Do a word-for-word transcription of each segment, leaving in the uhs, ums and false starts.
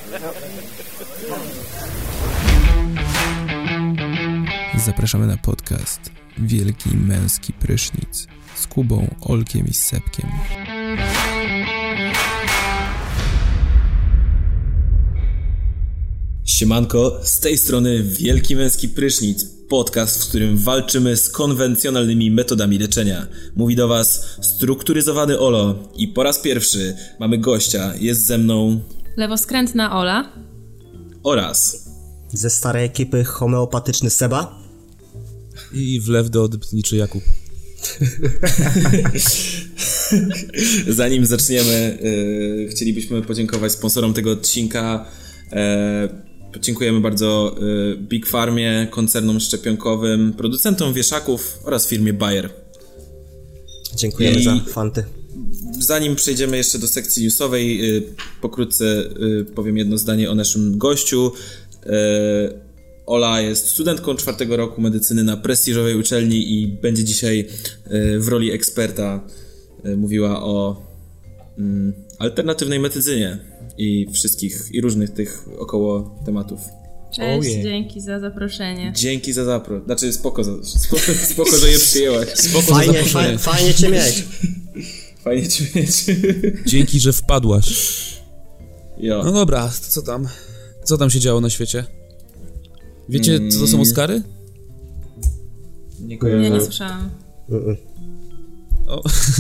Zapraszamy na podcast Wielki Męski Prysznic z Kubą, Olkiem i Sepkiem. Siemanko, z tej strony Wielki Męski Prysznic, podcast, w którym walczymy z konwencjonalnymi metodami leczenia. Mówi do was strukturyzowany Olo i po raz pierwszy mamy gościa, jest ze mną... Lewoskrętna Ola. Oraz... Ze starej ekipy homeopatyczny Seba. I wlew do dyptniczy Jakub. Zanim zaczniemy, yy, chcielibyśmy podziękować sponsorom tego odcinka. Yy, dziękujemy bardzo yy, Big Farmie, koncernom szczepionkowym, producentom wieszaków oraz firmie Bayer. Dziękujemy I za fanty. Zanim przejdziemy jeszcze do sekcji newsowej, yy, pokrótce yy, powiem jedno zdanie o naszym gościu. Yy, Ola jest studentką czwartego roku medycyny na prestiżowej uczelni i będzie dzisiaj w roli eksperta mówiła o alternatywnej medycynie i wszystkich i różnych tych około tematów. Cześć, oh yeah. Dzięki za zaproszenie. Dzięki za zapro... Znaczy spoko, za... spoko, spoko że je przyjęłaś. Spoko fajnie, za zaproszenie. Fa- fajnie cię mieć. Fajnie cię mieć. Dzięki, że wpadłaś. Jo. No dobra, to co tam? Co tam się działo na świecie? Wiecie, co to są Oscary? Nie kojarzę. Nie, nie słyszałam. O,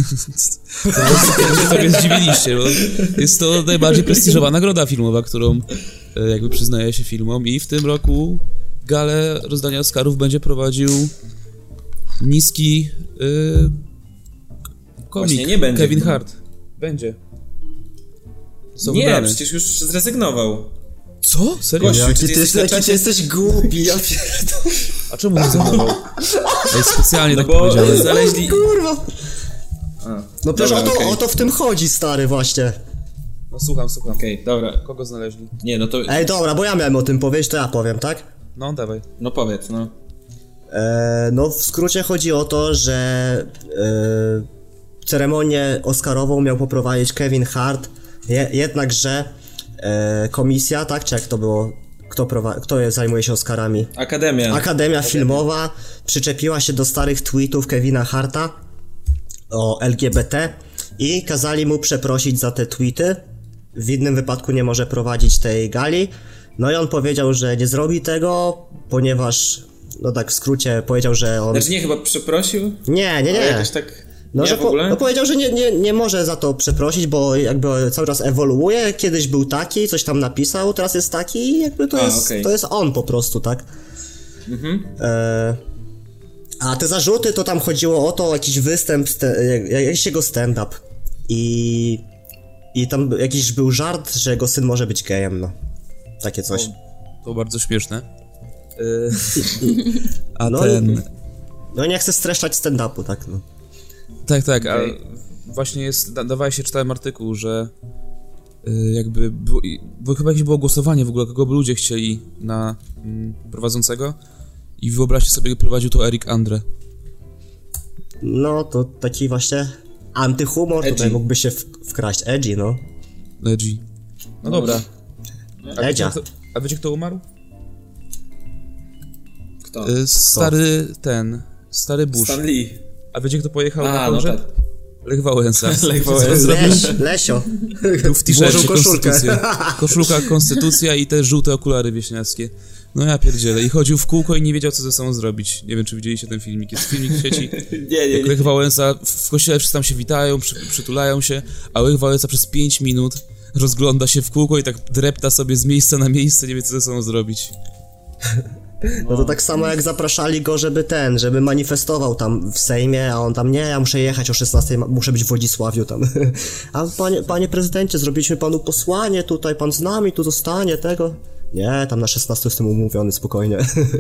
to mnie zdziwiliście, bo jest to najbardziej prestiżowa nagroda filmowa, którą jakby przyznaje się filmom i w tym roku galę rozdania Oscarów będzie prowadził niski yy, komik Właśnie nie będzie. Kevin Hart. Będzie. Są nie, wybrane. przecież już zrezygnował. Co? Serio? Gościu, Jaki czy ty, ty jesteś, jesteś jaki ty jesteś głupi, ja pierdolę. A czemu nie zanował? Ej, specjalnie No tak bo powiedziałem. znaleźli... Kurwa. A, No przecież dobra, o, to, okay. o to w tym chodzi, stary, właśnie. No słucham, słucham. Okej, okay, dobra. Kogo znaleźli? Nie, no to... Ej, dobra, bo ja miałem o tym powiedzieć, to ja powiem, tak? No, dawaj. No powiedz, no. E, no w skrócie chodzi o to, że e, ceremonię Oscarową miał poprowadzić Kevin Hart, je, jednakże e, komisja, tak, czy jak to było, kto, prowa- kto zajmuje się Oscarami? Akademia. Akademia Filmowa przyczepiła się do starych tweetów Kevina Harta o L G B T i kazali mu przeprosić za te tweety. W innym wypadku nie może prowadzić tej gali. No i on powiedział, że nie zrobi tego, ponieważ, no tak w skrócie, powiedział, że on... Znaczy nie, chyba przeprosił? Nie, nie, nie. Ale jakoś tak... No, nie, że w ogóle? Po, no powiedział, że nie, nie, nie może za to przeprosić, bo jakby cały czas ewoluuje. Kiedyś był taki, coś tam napisał, teraz jest taki i jakby to, A, jest, okay. to jest on po prostu, tak? Mhm. E, a te zarzuty to tam chodziło o to, jakiś występ, st- jakiś jego stand-up i, i tam jakiś był żart, że jego syn może być gejem, no. Takie coś. To, to bardzo śmieszne. Yy, a no ten... I, no nie chcę streszczać stand-upu, tak, no. Tak, tak, okay. A właśnie jest, da, dawałeś się, czytałem artykuł, że y, jakby, było, bo chyba jakieś było głosowanie w ogóle, kogo by ludzie chcieli na mm, prowadzącego i wyobraźcie sobie, prowadził to Eric Andre. No, to taki właśnie antyhumor, edgy. Tutaj mógłby się w, wkraść, edgy, no. Edgy. No dobra. A wiecie, Edzia. kto, a wiecie, kto umarł? Kto? Y, stary kto? ten, stary Bush. Stan Lee. A wiecie, kto pojechał A, na no pogrzeb? tak. Lech Wałęsa. Lech Wałęsa. Leś, Lesio. Był w t-shircie Włożył koszulkę. Konstytucja. Koszulka Konstytucja i te żółte okulary wieśniackie. No ja pierdzielę. I chodził w kółko i nie wiedział, co ze sobą zrobić. Nie wiem, czy widzieliście ten filmik. Jest filmik w sieci. nie, nie, Jak Lech Wałęsa, w kościele wszyscy tam się witają, przy, przytulają się, a Lech Wałęsa przez pięć minut rozgląda się w kółko i tak drepta sobie z miejsca na miejsce, nie wie, co ze sobą zrobić. No to tak samo jak zapraszali go, żeby ten, żeby manifestował tam w Sejmie, a on tam, nie, ja muszę jechać o szesnastej, muszę być w Wodzisławiu tam. A panie, panie prezydencie, zrobiliśmy panu posłanie tutaj, pan z nami tu zostanie, tego. Nie, tam na szesnastej jestem umówiony, spokojnie.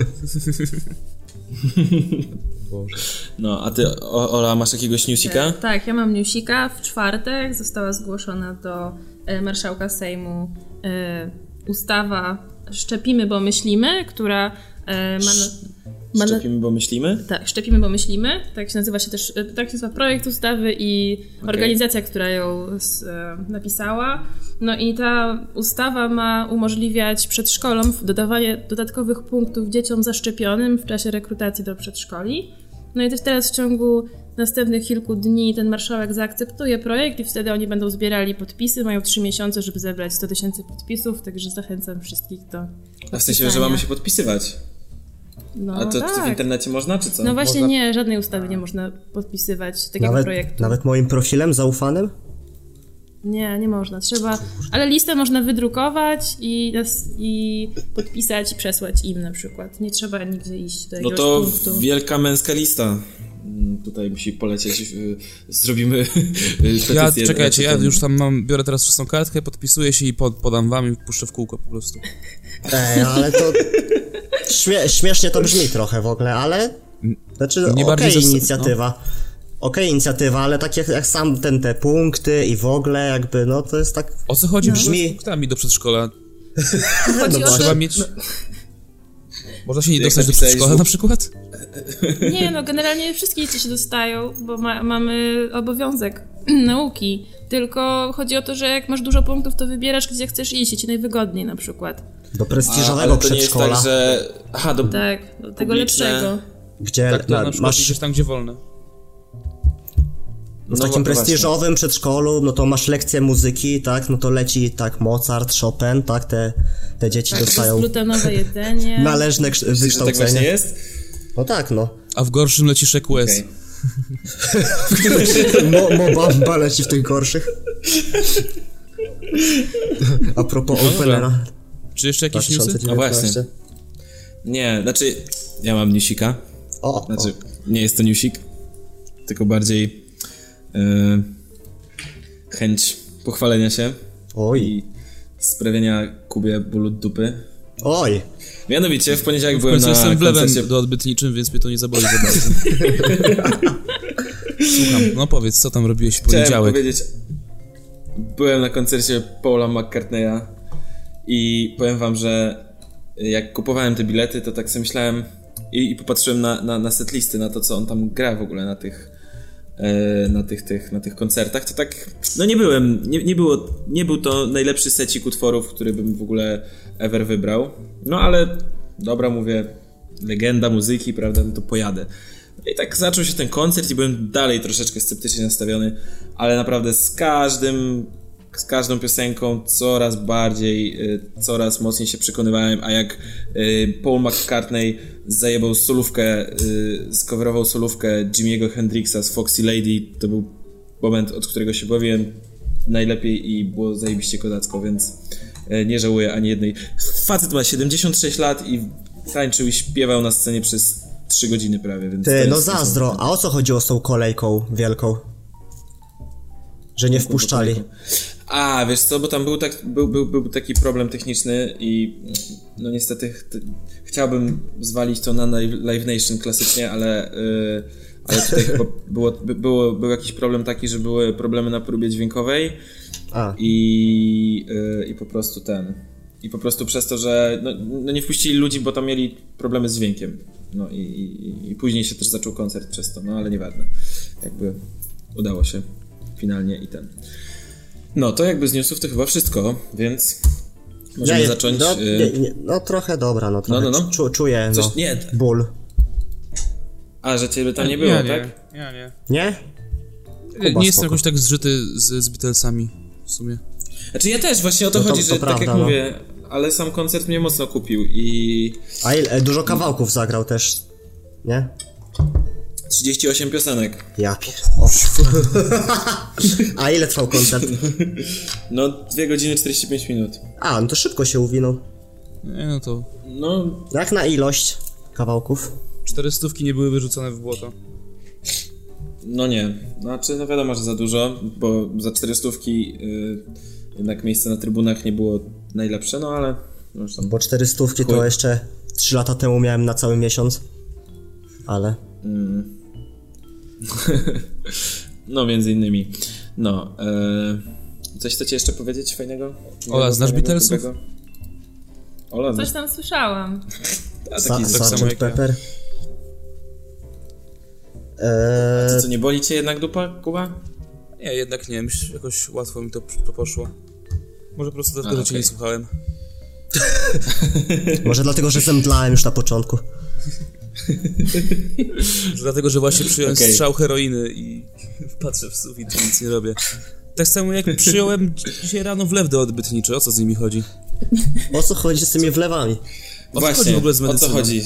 Boże. No, a ty, o, Ola, masz jakiegoś newsika? Tak, ja mam newsika. W czwartek została zgłoszona do e, marszałka Sejmu e, ustawa Szczepimy, bo myślimy, która E, ma na, ma na, Szczepimy, bo myślimy? tak, Szczepimy, bo myślimy. Tak się nazywa się też, tak się nazywa projekt ustawy i Okay. organizacja, która ją z, e, napisała. No i ta ustawa ma umożliwiać przedszkolom dodawanie dodatkowych punktów dzieciom zaszczepionym w czasie rekrutacji do przedszkoli. No i też teraz w ciągu następnych kilku dni ten marszałek zaakceptuje projekt i wtedy oni będą zbierali podpisy. Mają trzy miesiące, żeby zebrać sto tysięcy podpisów, także zachęcam wszystkich do A w sensie, że mamy się podpisywać. No, A to, tak. to w internecie można, czy co? No właśnie Można? nie, żadnej ustawy nie można podpisywać takiego Nawet, projektu. nawet moim profilem zaufanym? Nie, nie można. Trzeba, ale listę można wydrukować i, i podpisać i przesłać im na przykład. Nie trzeba nigdzie iść do No jakiegoś to punktu. wielka męska lista. Mm, Tutaj musi polecieć. y, Zrobimy y, Ja, petycję. czekajcie, ja ten- już tam mam, biorę teraz czystą kartkę, podpisuję się i pod, podam wam i puszczę w kółko po prostu. Ej, ale to... Śmie śmiesznie to brzmi trochę w ogóle, ale... Znaczy, Nie okej bardziej zas- inicjatywa. Okej inicjatywa, ale tak jak, jak sam ten, te punkty i w ogóle jakby, no to jest tak... O co chodzi? Brzmi- Brzmi punktami do przedszkola. Chodzi o Trzeba to, mieć... Można się nie Jak dostać do napisałeś, przedszkola że- na przykład? nie, no generalnie wszystkie dzieci się dostają, bo ma, mamy obowiązek nauki. Tylko chodzi o to, że jak masz dużo punktów, to wybierasz, gdzie chcesz iść, i ci najwygodniej na przykład. Do A, prestiżowego ale to nie jest przedszkola, tak, że... Aha, do... Tak, do tego Publiczne. lepszego. gdzie Tak, to na, na przykład masz... idziesz tam, gdzie wolne. W No takim właśnie. prestiżowym przedszkolu, no to masz lekcję muzyki, tak, no to leci tak Mozart, Chopin, tak, te, te dzieci dostają Bezglutenowe jedzenie. należne krz- Myślisz, że tak właśnie wykształcenie. jest? No tak, no. A w gorszym leci Szek West. Okej. Mo, Mobamba leci w tych gorszych. A propos No Openera. Czy jeszcze jakieś newsy? A właśnie. Nie, znaczy... Ja mam newsika. O, o. Znaczy, nie jest to newsik, tylko bardziej yy, chęć pochwalenia się Oj, i sprawienia Kubie bólu dupy. oj. Mianowicie w poniedziałek W byłem końcu na jestem wlewem koncercie... doodbytniczym, więc mnie to nie zaboli za bardzo. Słucham, no powiedz, co tam robiłeś w Chciałem poniedziałek? powiedzieć... Byłem na koncercie Paula McCartneya i powiem wam, że jak kupowałem te bilety, to tak sobie myślałem i, i popatrzyłem na, na, na setlisty, na to, co on tam gra w ogóle na tych e, na tych, tych, na tych koncertach, to tak, no nie byłem, nie, nie było, nie był to najlepszy secik utworów, który bym w ogóle ever wybrał, no ale dobra, mówię, legenda muzyki, prawda, no to pojadę. I tak zaczął się ten koncert i byłem dalej troszeczkę sceptycznie nastawiony, ale naprawdę z każdym, z każdą piosenką coraz bardziej, y, coraz mocniej się przekonywałem, a jak y, Paul McCartney zajebał solówkę, y, skowerował solówkę Jimiego Hendrixa z Foxy Lady, to był moment, od którego się bawiłem najlepiej i było zajebiście kodacko, więc y, nie żałuję ani jednej. Facet ma siedemdziesiąt sześć lat i tańczył i śpiewał na scenie przez trzy godziny prawie, więc... to Ty, no jest zazdro, a o co chodziło z tą kolejką wielką? Że nie wpuszczali. A, wiesz co, bo tam był, tak, był, był, był taki problem techniczny i no niestety ch chciałbym zwalić to na Live Nation klasycznie, ale, yy, ale tutaj chyba było, by, było, był jakiś problem taki, że były problemy na próbie dźwiękowej A, i, yy, i po prostu ten... I po prostu przez to, że no, no nie wpuścili ludzi, bo tam mieli problemy z dźwiękiem. No i, i, i później się też zaczął koncert przez to, no ale nieważne. Jakby udało się finalnie i ten. No to jakby z newsów to chyba wszystko, więc możemy nie, zacząć... No, y... nie, nie, no trochę dobra, no trochę No, no, no. Czu, czuję, Coś, no, nie, ból. a że ciebie tam nie było, ja tak? Nie, ja nie. Nie? nie Kuba, jestem spoko. jakoś tak zżyty z, z Beatlesami w sumie. Znaczy ja też, właśnie o to, No to- chodzi, to że prawda, tak jak no. mówię, ale sam koncert mnie mocno kupił i A ile, dużo kawałków zagrał też, nie? trzydzieści osiem piosenek. Ja pier... O. A ile trwał koncert? No dwie godziny czterdzieści pięć minut. A, no to szybko się uwinął. Nie, no to No Jak na ilość kawałków? cztery stówki nie były wyrzucone w błoto. No nie, znaczy no wiadomo, że za dużo, bo za czterystówki yy, jednak miejsce na trybunach nie było najlepsze, no ale zresztą, Bo cztery stówki to Chuj. jeszcze trzy lata temu miałem na cały miesiąc. Ale... mm. No między innymi. No, yy, coś chcecie jeszcze powiedzieć fajnego? Ola, znasz Fajnego, Beatlesów? dobrego? Ola, Coś znasz? tam słyszałam. A Sa- taki tak Sergeant samo jak ja. Pepper. To Eee, co, nie boli cię jednak dupa, Kuba? Nie, jednak nie, myślę, jakoś łatwo mi to, to poszło. Może po prostu dlatego, A, że cię okej. nie słuchałem. może dlatego, że zemdlałem już na początku. Dlatego, że właśnie przyjąłem Okej. strzał heroiny i patrzę w sufit i nic nie robię. Tak samo jak przyjąłem dzisiaj rano wlew do odbytniczy, o co z nimi chodzi? O co chodzi z tymi wlewami? O co Właśnie, chodzi w ogóle z o co medycyną? chodzi?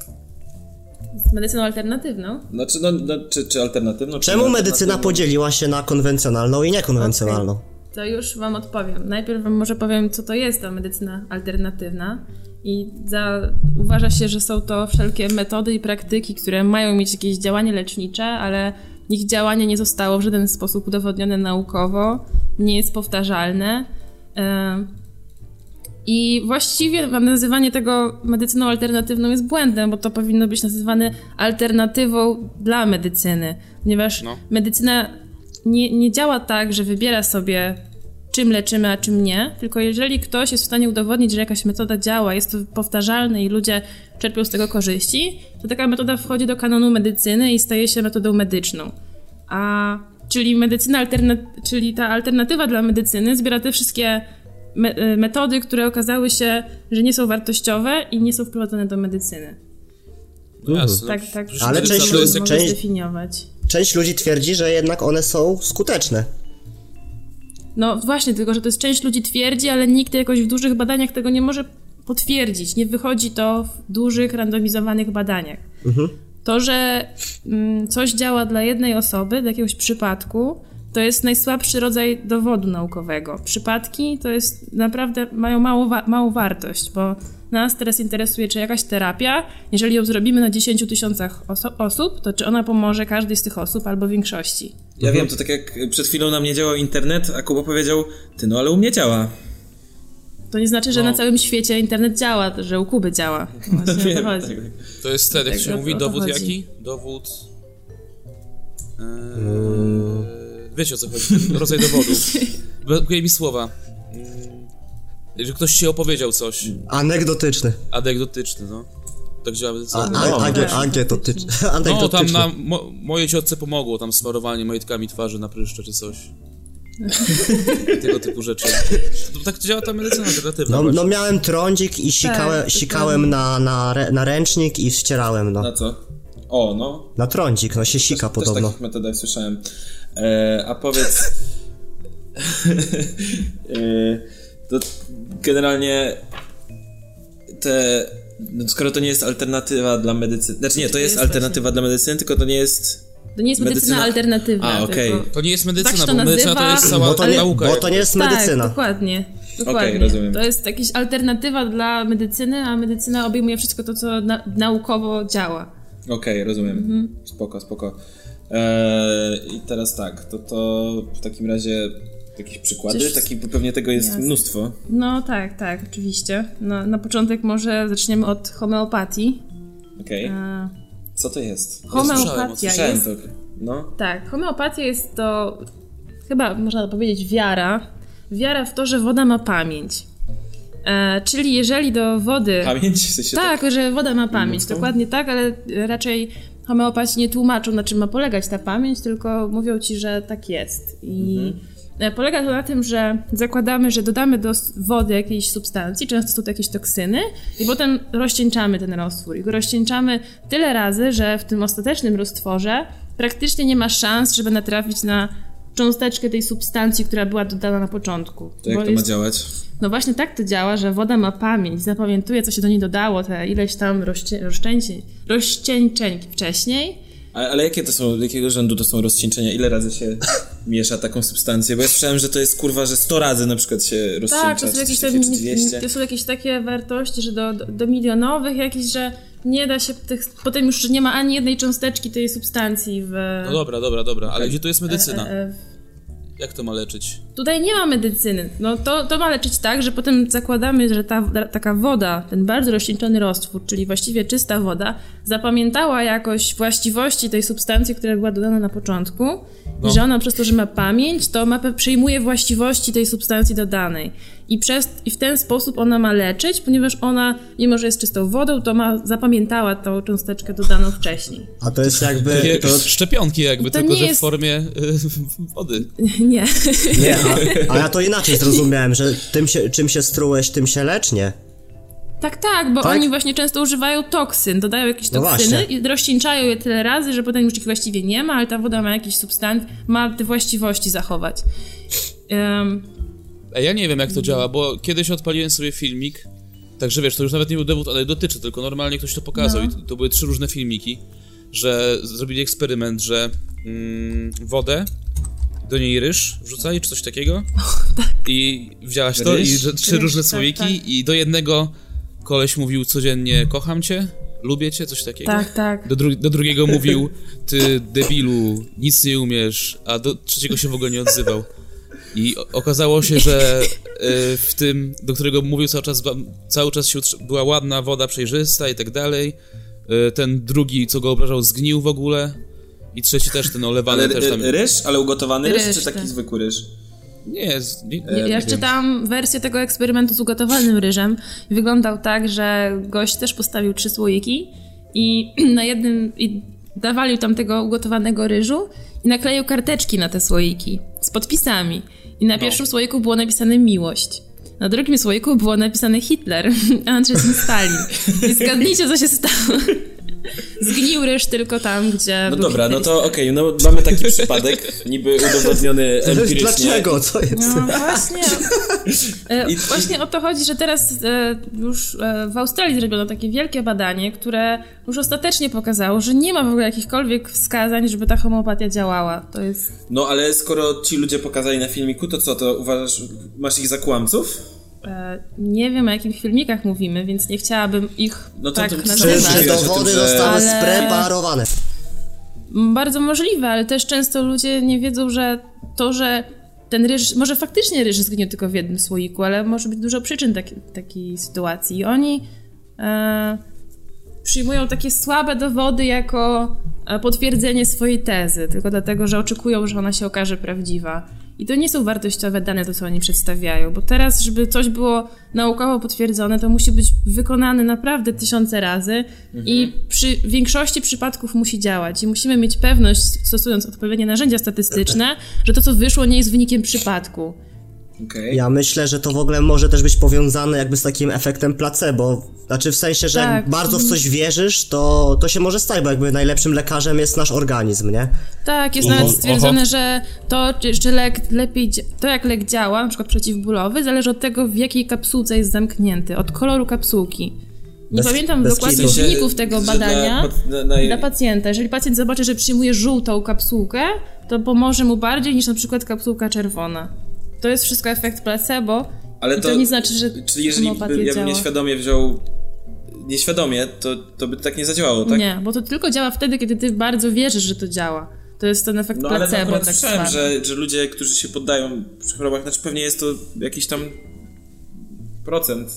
Z medycyną alternatywną. Znaczy, no, no, czy, czy alternatywną? czy Czemu medycyna alternatywną? podzieliła się na konwencjonalną i niekonwencjonalną? To już wam odpowiem. Najpierw wam może powiem, co to jest ta medycyna alternatywna. I za, uważa się, że są to wszelkie metody i praktyki, które mają mieć jakieś działanie lecznicze, ale ich działanie nie zostało w żaden sposób udowodnione naukowo, nie jest powtarzalne. Em, I właściwie nazywanie tego medycyną alternatywną jest błędem, bo to powinno być nazywane alternatywą dla medycyny, ponieważ No. medycyna nie, nie działa tak, że wybiera sobie, czym leczymy, a czym nie, tylko jeżeli ktoś jest w stanie udowodnić, że jakaś metoda działa, jest to powtarzalne i ludzie czerpią z tego korzyści, to taka metoda wchodzi do kanonu medycyny i staje się metodą medyczną. A czyli medycyna alterna- czyli ta alternatywa dla medycyny zbiera te wszystkie me- metody, które okazały się, że nie są wartościowe i nie są wprowadzone do medycyny. No jasne. Tak, tak. Przecież Ale medycyna część to jest ludzi- mogę część- zdefiniować. Część ludzi twierdzi, że jednak one są skuteczne. No właśnie, tylko że to jest część ludzi twierdzi, ale nikt jakoś w dużych badaniach tego nie może potwierdzić. Nie wychodzi to w dużych, randomizowanych badaniach. Mhm. To, że mm, coś działa dla jednej osoby, dla jakiegoś przypadku, to jest najsłabszy rodzaj dowodu naukowego. Przypadki to jest naprawdę, mają mało wa- małą wartość, bo nas teraz interesuje, czy jakaś terapia, jeżeli ją zrobimy na dziesięciu tysiącach oso- osób, to czy ona pomoże każdej z tych osób albo większości. Ja wiem, to tak jak przed chwilą na mnie działał internet, a Kuba powiedział, ty no ale u mnie działa. To nie znaczy, że No. na całym świecie internet działa, że u Kuby działa. Właśnie o to Wiem, chodzi. tak, tak. To jest ten, jak Tak, się o- mówi, o to dowód chodzi. jaki? Dowód... Eee, wiecie o co chodzi, rodzaj dowodu. Brakuje mi słowa. Eee, że ktoś ci opowiedział coś, Anegdotyczny. anegdotyczny, no. Tak działa A, medycyna. a, No, age, tak. anegdotyczny. No, tam Anegdotyczny. na mo, mojej ciotce pomogło, tam smarowanie majtkami twarzy na pryszcze czy coś. Tego typu rzeczy. To, tak działa ta medycyna alternatywna. No, właśnie. no miałem trądzik i sikałem, Tak, sikałem na, na, re, na ręcznik i ścierałem, no. Na co? O, no. Na trądzik, no się sika Też podobno. takich metodach słyszałem. E, a powiedz... e, to generalnie te... No, skoro to nie jest alternatywa dla medycyny... Znaczy nie, to jest jest alternatywa właśnie. dla medycyny, tylko to nie jest... To nie jest medycyna, Medycyna- alternatywna. A, okej. tylko... To nie jest medycyna, Tak się to bo medycyna to nazywa, jest cała Bo to nie, nauka. bo to nie jest medycyna. Tak, dokładnie. dokładnie. Okej, rozumiem. To jest jakaś alternatywa dla medycyny, a medycyna obejmuje wszystko to, co na, naukowo działa. Okej, rozumiem. Mhm. Spoko, spoko. E, I teraz tak, to, to w takim razie jakieś przykłady? Przecież- Taki, bo pewnie tego jest Jasne. mnóstwo. No tak, tak, oczywiście. No, na początek może zaczniemy od homeopatii. Okej. E, Co to jest? homeopatia Słyszałem jest... to. No. Tak, homeopatia jest to chyba można powiedzieć wiara. Wiara w to, że woda ma pamięć. E, czyli jeżeli do wody... Pamięć? W sensie Tak, że woda ma pamięć, Ludzką? dokładnie tak, ale raczej homeopaci nie tłumaczą, na czym ma polegać ta pamięć, tylko mówią ci, że tak jest. I mhm. polega to na tym, że zakładamy, że dodamy do wody jakiejś substancji, często są to jakieś toksyny, i potem rozcieńczamy ten roztwór. I go rozcieńczamy tyle razy, że w tym ostatecznym roztworze praktycznie nie ma szans, żeby natrafić na cząsteczkę tej substancji, która była dodana na początku. To jak Bo to jest... ma działać? No właśnie tak to działa, że woda ma pamięć, zapamiętuje, co się do niej dodało, te ileś tam rozcie- rozczęcień, rozcieńczeń wcześniej. Ale, ale jakie to są, jakiego rzędu to są rozcieńczenia? Ile razy się miesza taką substancję? Bo ja słyszałem, że to jest kurwa, że sto razy na przykład się rozcieńcza. Tak, to są, czy jakieś coś tam, takiego, czy dwieście. to są jakieś takie wartości, że do, do, do milionowych jakichś, że nie da się tych, potem już nie ma ani jednej cząsteczki tej substancji w... No dobra, dobra, dobra, ale gdzie tu jest medycyna? e, e, Jak to ma leczyć? tutaj nie ma medycyny. No to, to ma leczyć tak, że potem zakładamy, że ta taka woda, ten bardzo rozcieńczony roztwór, czyli właściwie czysta woda, zapamiętała jakoś właściwości tej substancji, która była dodana na początku no. i że ona przez to, że ma pamięć, to ma, przyjmuje właściwości tej substancji dodanej. I, przez, I w ten sposób ona ma leczyć, ponieważ ona, mimo że jest czystą wodą, to ma zapamiętała tą cząsteczkę dodaną wcześniej. A to jest jakby... Takie to... szczepionki jakby, to tylko że jest... w formie y, wody. Nie. Nie, a, a ja to inaczej zrozumiałem, że tym się, czym się strułeś, tym się lecz, nie? Tak, tak, bo tak? oni właśnie często używają toksyn, dodają jakieś toksyny no i rozcieńczają je tyle razy, że potem już ich właściwie nie ma, ale ta woda ma jakieś substancje, ma te właściwości zachować. Um, Ja nie wiem, jak to działa, bo kiedyś odpaliłem sobie filmik, także wiesz, to już nawet nie był dowód anegdotyczny, tylko normalnie ktoś to pokazał no. i to, to były trzy różne filmiki, że zrobili eksperyment, że mm, wodę, do niej ryż wrzucali, czy coś takiego oh, tak. i wzięłaś to ryż? i że, trzy ryż, różne słoiki tak, tak. i do jednego koleś mówił codziennie kocham cię, lubię cię, coś takiego. Tak, tak. Do, dru- do drugiego mówił ty debilu, nic nie umiesz, a do trzeciego się w ogóle nie odzywał. I okazało się, że y, w tym, do którego mówił cały czas, cały czas się utrzy- była ładna woda, przejrzysta i tak dalej. Y, ten drugi, co go obrażał, zgnił w ogóle. I trzeci też, ten olewany ale, też tam... Ryż? Ale ugotowany ryż, ryż czy taki tak. zwykły ryż? Nie, z, nie, nie, ja czytałam wersję tego eksperymentu z ugotowanym ryżem. Wyglądał tak, że gość też postawił trzy słoiki i na jednym... I dawali tam tego ugotowanego ryżu i nakleił karteczki na te słoiki z podpisami. I na pierwszym no. słoiku było napisane miłość. Na drugim słoiku było napisane Hitler, a na trzecim Stalin. I zgadnijcie, co się stało. Zgnił ryż tylko tam, gdzie... No dobra, no to okej, okay, no mamy taki przypadek, niby udowodniony empirycznie. Dlaczego? Co jest? No właśnie. E, właśnie o to chodzi, że teraz e, już e, w Australii zrobiono takie wielkie badanie, które już ostatecznie pokazało, że nie ma w ogóle jakichkolwiek wskazań, żeby ta homeopatia działała. To jest... No ale skoro ci ludzie pokazali na filmiku, to co, to uważasz, masz ich za kłamców? E, nie wiem, o jakich filmikach mówimy, więc nie chciałabym ich no to tak to nazywać. Czy dowody że... zostały ale... spreparowane? Bardzo możliwe, ale też często ludzie nie wiedzą, że to, że ten ryż, może faktycznie ryż zgnił tylko w jednym słoiku, ale może być dużo przyczyn taki, takiej sytuacji. I oni e, przyjmują takie słabe dowody jako potwierdzenie swojej tezy, tylko dlatego, że oczekują, że ona się okaże prawdziwa. I to nie są wartościowe dane, to co oni przedstawiają, bo teraz, żeby coś było naukowo potwierdzone, to musi być wykonane naprawdę tysiące razy mhm. i przy większości przypadków musi działać. I musimy mieć pewność, stosując odpowiednie narzędzia statystyczne, że to, co wyszło, nie jest wynikiem przypadku. Okay. Ja myślę, że to w ogóle może też być powiązane jakby z takim efektem placebo. Znaczy w sensie, że tak. jak bardzo w coś wierzysz, to, to się może stać, bo jakby najlepszym lekarzem jest nasz organizm, nie? Tak, jest nawet stwierdzone, że to, czy lek lepiej, to jak lek działa, na przykład przeciwbólowy, zależy od tego, w jakiej kapsułce jest zamknięty, od koloru kapsułki. Nie bez, pamiętam bez dokładnie kitu. wyników tego badania na, na, na... dla pacjenta. Jeżeli pacjent zobaczy, że przyjmuje żółtą kapsułkę, to pomoże mu bardziej niż na przykład kapsułka czerwona. To jest wszystko efekt placebo. Ale to, to nie znaczy, że czyli jeżeli by, ja bym nieświadomie wziął nieświadomie, to, to by tak nie zadziałało, tak? Nie, bo to tylko działa wtedy, kiedy ty bardzo wierzysz, że to działa. To jest ten efekt no, placebo. Ale tak słyszałem, że, że ludzie, którzy się poddają przy chorobach, znaczy pewnie jest to jakiś tam procent,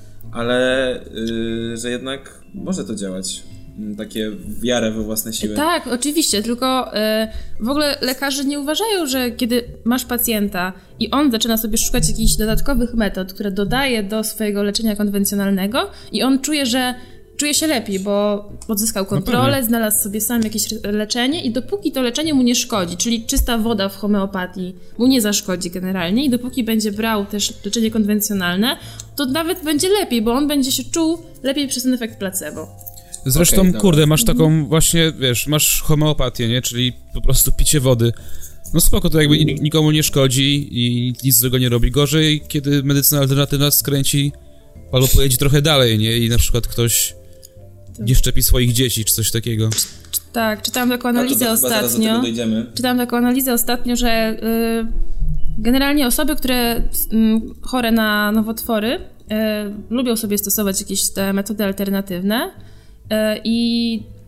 ale yy, że jednak może to działać. Takie wiarę we własne siły. Tak, oczywiście, tylko yy, w ogóle lekarze nie uważają, że kiedy masz pacjenta i on zaczyna sobie szukać jakichś dodatkowych metod, które dodaje do swojego leczenia konwencjonalnego i on czuje, że czuje się lepiej, bo odzyskał kontrolę, no znalazł sobie sam jakieś leczenie i dopóki to leczenie mu nie szkodzi, czyli czysta woda w homeopatii mu nie zaszkodzi generalnie i dopóki będzie brał też leczenie konwencjonalne, to nawet będzie lepiej, bo on będzie się czuł lepiej przez ten efekt placebo. Zresztą, okay, kurde, masz taką mhm. właśnie, wiesz, masz homeopatię, nie? Czyli po prostu picie wody. No spoko, to jakby nikomu nie szkodzi i nic złego nie robi. Gorzej, kiedy medycyna alternatywna skręci albo pojedzie trochę dalej, nie? I na przykład ktoś nie szczepi swoich dzieci, czy coś takiego. Tak, czytałam taką analizę no to to ostatnio. Czytałam taką analizę ostatnio, że yy, generalnie osoby, które yy, chore na nowotwory yy, lubią sobie stosować jakieś te metody alternatywne. I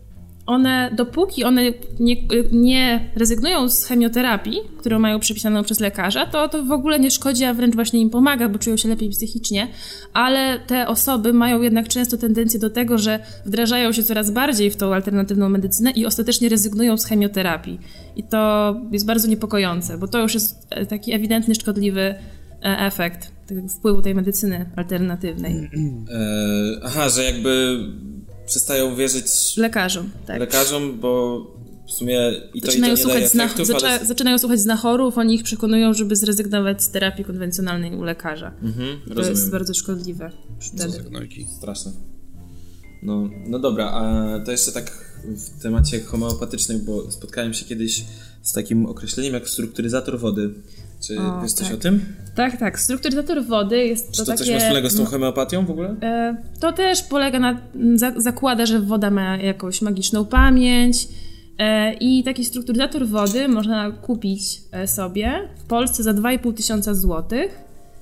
one, dopóki one nie, nie rezygnują z chemioterapii, którą mają przepisaną przez lekarza, to to w ogóle nie szkodzi, a wręcz właśnie im pomaga, bo czują się lepiej psychicznie, ale te osoby mają jednak często tendencję do tego, że wdrażają się coraz bardziej w tą alternatywną medycynę i ostatecznie rezygnują z chemioterapii. I to jest bardzo niepokojące, bo to już jest taki ewidentny, szkodliwy efekt tego wpływu tej medycyny alternatywnej. E, aha, że jakby przestają wierzyć lekarzom, tak. lekarzom, bo w sumie i to, zaczynają, i to nie daje zna- efektów, zaczyna- ale... zaczynają słuchać znachorów, oni ich przekonują, żeby zrezygnować z terapii konwencjonalnej u lekarza. Mhm, to rozumiem. jest bardzo szkodliwe. Wtedy. Straszne. No, no dobra, a to jeszcze tak w temacie homeopatycznym, bo spotkałem się kiedyś z takim określeniem jak strukturyzator wody. Czy O, wiesz coś tak. o tym? Tak, tak. Strukturyzator wody jest to, Czy to takie... coś ma wspólnego z tą homeopatią w ogóle? E, to też polega na... Za, zakłada, że woda ma jakąś magiczną pamięć e, i taki strukturyzator wody można kupić e, sobie w Polsce za dwa i pół tysiąca złotych.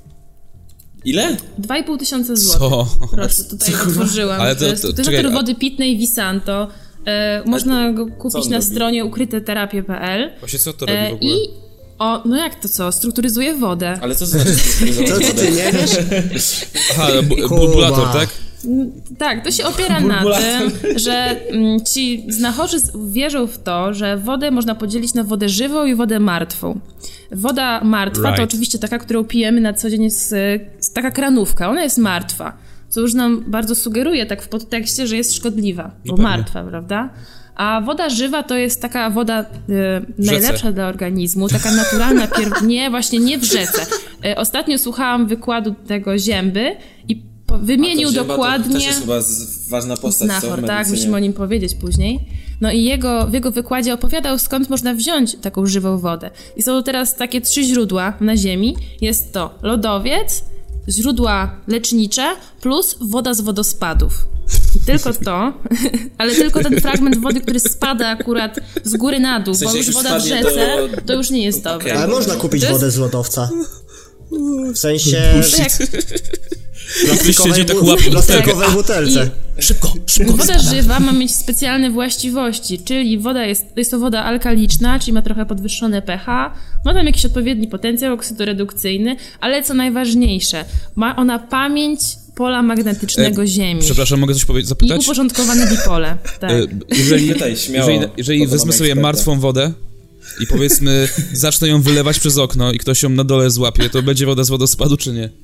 Ile? dwa i pół tysiąca złotych. Co? Proszę, tutaj otworzyłam. Ale to- To jest to- strukturyzator czekaj, a- wody pitnej Visanto. E, można go kupić on na robi? stronie ukryteterapie kropka p l. Właśnie co to robi E, w ogóle? I o, no jak to co? Strukturyzuje wodę. Ale co to znaczy strukturyzator Co, co wody? ty nie wiesz? Aha, bu- Kuba. bulbulator, tak? Tak, to się opiera na Bulbulator. tym, że mm, ci znachorzy z- wierzą w to, że wodę można podzielić na wodę żywą i wodę martwą. Woda martwa Right. to oczywiście taka, którą pijemy na co dzień, z, z taka kranówka. Ona jest martwa, co już nam bardzo sugeruje tak w podtekście, że jest szkodliwa, bo pewnie. martwa, prawda? A woda żywa to jest taka woda e, najlepsza dla organizmu, taka naturalna, pier... nie, właśnie nie w rzece. E, ostatnio słuchałam wykładu tego Zięby i po- wymienił A to Zięba dokładnie... To też jest chyba z, ważna postać, co w Znachor, tak, medycynie. musimy o nim powiedzieć później. No i jego, w jego wykładzie opowiadał, skąd można wziąć taką żywą wodę. I są teraz takie trzy źródła na Ziemi. Jest to lodowiec, źródła lecznicze plus woda z wodospadów. I tylko to, ale tylko ten fragment wody, który spada akurat z góry na dół, W sensie, bo już jak woda w spadnie, rzece, to- to już nie jest dobre. Okej. Ale można kupić To jest- wodę z lodowca. W sensie To jak plastikowej, tak bu- łapie plastikowej butelce. Szybko, szybko. woda żywa ma mieć specjalne właściwości, czyli woda jest, jest to woda alkaliczna, czyli ma trochę podwyższone pH, ma tam jakiś odpowiedni potencjał oksydoredukcyjny, ale co najważniejsze, ma ona pamięć pola magnetycznego E, Ziemi Przepraszam, mogę coś powiedzieć, i zapytać? uporządkowane dipole. Tak. E, Jeżeli, Pytaj, śmiało. jeżeli, jeżeli Po to wezmę mamy sobie eksperta. martwą wodę i powiedzmy zacznę ją wylewać przez okno i ktoś ją na dole złapie, to będzie woda z wodospadu czy nie?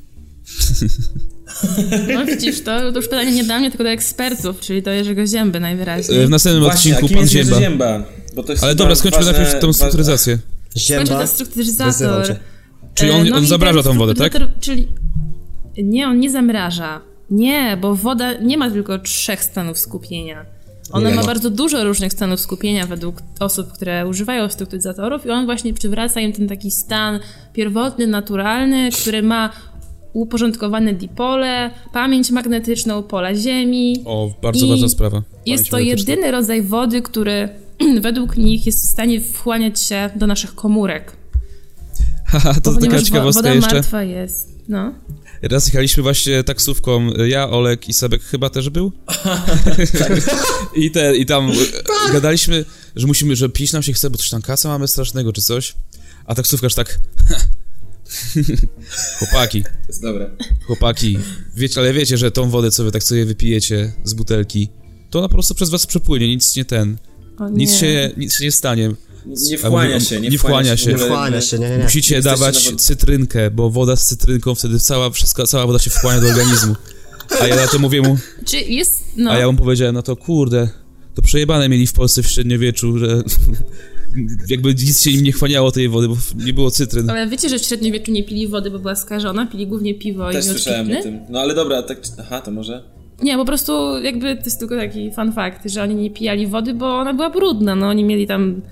No widzisz, to, to już pytanie nie dla mnie, tylko do ekspertów, czyli do Jerzego Zięby najwyraźniej. E, W następnym Właśnie, a odcinku kim pan jest Jerzy Zięba. Zięba? Bo to jest Ale chyba dobra, skończmy ważne, najpierw tą ważne- strukturyzację. Skończę Zięba. ten Wyzywał strukturyzator. cię. Czyli on, E, no on i zamraża ten tą wodę, tak? strukturyzator, Czyli... Nie, on nie zamraża. Nie, bo woda nie ma tylko trzech stanów skupienia. Ona Nie ma ma. bardzo dużo różnych stanów skupienia według osób, które używają strukturyzatorów i on właśnie przywraca im ten taki stan pierwotny, naturalny, który ma uporządkowane dipole, pamięć magnetyczną pola Ziemi. O, bardzo I ważna sprawa. Jest Pamięć to magnetyczna. jedyny rodzaj wody, który według nich jest w stanie wchłaniać się do naszych komórek. Haha, to taka Ponieważ wo- ciekawostka woda jeszcze. martwa jest. No. Raz jechaliśmy właśnie taksówką, ja, Olek i Sebek chyba też był. I, te, I tam e, gadaliśmy, że musimy, że pić nam się chce, bo coś tam kasa mamy strasznego czy coś. A taksówkarz tak... Chłopaki, To jest dobre. chłopaki, wiecie, ale wiecie, że tą wodę, co wy tak sobie wypijecie z butelki, to ona po prostu przez was przepłynie, nic nie ten, O nic nie. się, nic się nie stanie. Nie wchłania się, nie, Nie wchłania się. w ogóle. Wchłania się, nie, nie, nie. Musicie Jesteście dawać na wod- cytrynkę, bo woda z cytrynką, wtedy cała, wszystko, cała woda się wchłania do organizmu. A ja na to mówię mu, Czy jest, no, a ja mu powiedziałem, no to kurde, to przejebane mieli w Polsce w średniowieczu, że jakby nic się im nie wchłaniało tej wody, bo nie było cytryn. ale wiecie, że w średniowieczu nie pili wody, bo była skażona, pili głównie piwo Też i miód słyszałem pitny? o tym. No ale dobra, tak... Aha, to może... Nie, po prostu jakby to jest tylko taki fun fact, że oni nie pijali wody, bo ona była brudna, no oni mieli tam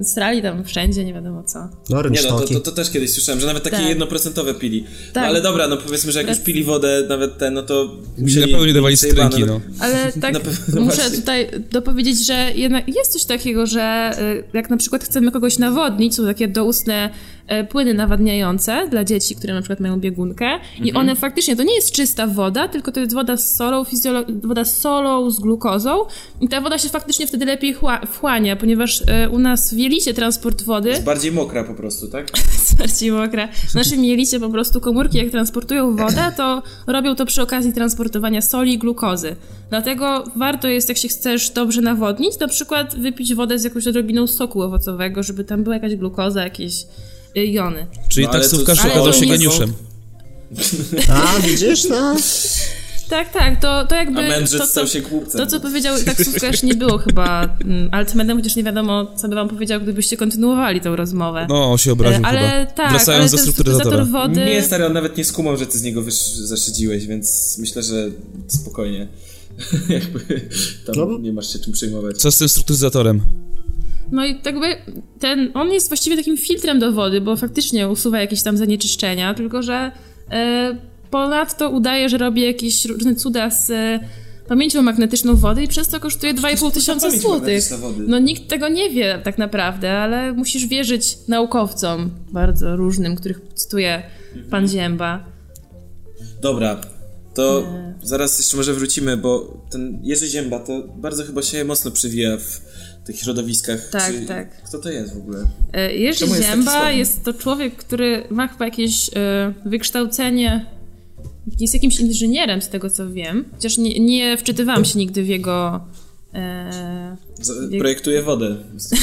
Srali tam wszędzie, nie wiadomo co. No, Nie, no to, to, to też kiedyś słyszałem, że nawet takie Tak. jednoprocentowe pili. Tak. No ale dobra, no powiedzmy, że jak już pili wodę, nawet ten, no to Na musieli... pewno nie dawali przejebane, strynki, no. Ale tak Na pewno muszę właśnie. tutaj dopowiedzieć, że jednak jest coś takiego, że y, jak na przykład chcemy kogoś nawodnić, są takie doustne y, płyny nawadniające dla dzieci, które na przykład mają biegunkę i Mhm. one faktycznie, to nie jest czysta woda, tylko to jest woda z solą, fizjolo- woda z solą, z glukozą i ta woda się faktycznie wtedy lepiej chła- wchłania, ponieważ y, u nas w jelicie transport wody Jest bardziej mokra po prostu, tak? jest bardziej mokra. W naszym jelicie po prostu komórki, jak transportują wodę, to robią to przy okazji transportowania soli i glukozy. Dlatego warto jest, jak się chcesz dobrze nawodnić, na przykład wypić wodę z jakąś odrobiną soku owocowego, żeby tam była jakaś glukoza, jakieś y, jony. Czyli No, ale taksówkarz to- okazał ale się to nie geniuszem. A, widzisz, no. Tak, tak, to, to jakby... A mędrzec to, stał co, się głupcem. to, co powiedział taksówkarz, nie było chyba mm, altmentem, chociaż nie wiadomo, co by wam powiedział, gdybyście kontynuowali tą rozmowę. No, się obraził E, ale chyba. tak, Wracając ale do ten strukturyzatora. wody... Nie, stary, on nawet nie skumał, że ty z niego wysz... zaszydziłeś, więc myślę, że spokojnie. Jakby tam No. nie masz się czym przejmować. Co z tym strukturyzatorem? No i tak jakby ten, on jest właściwie takim filtrem do wody, bo faktycznie usuwa jakieś tam zanieczyszczenia, tylko że e, ponadto udaje, że robi jakieś różne cuda z e, pamięcią magnetyczną wody i przez to kosztuje dwa i pół tysiąca pamięć złotych. magnetyczna wody. No nikt tego nie wie tak naprawdę, ale musisz wierzyć naukowcom bardzo różnym, których cytuje pan Zięba. Dobra, to zaraz jeszcze może wrócimy, bo ten Jerzy Zięba to bardzo chyba się mocno przewija w tych środowiskach. Tak, Czy... tak. Kto to jest w ogóle? E, Jerzy Czemu jest taki Zięba sławny? jest to człowiek, który ma chyba jakieś e, wykształcenie, jest jakimś inżynierem z tego co wiem, chociaż nie, nie wczytywałam się nigdy w jego... E, Z- Jak- Projektuje wodę.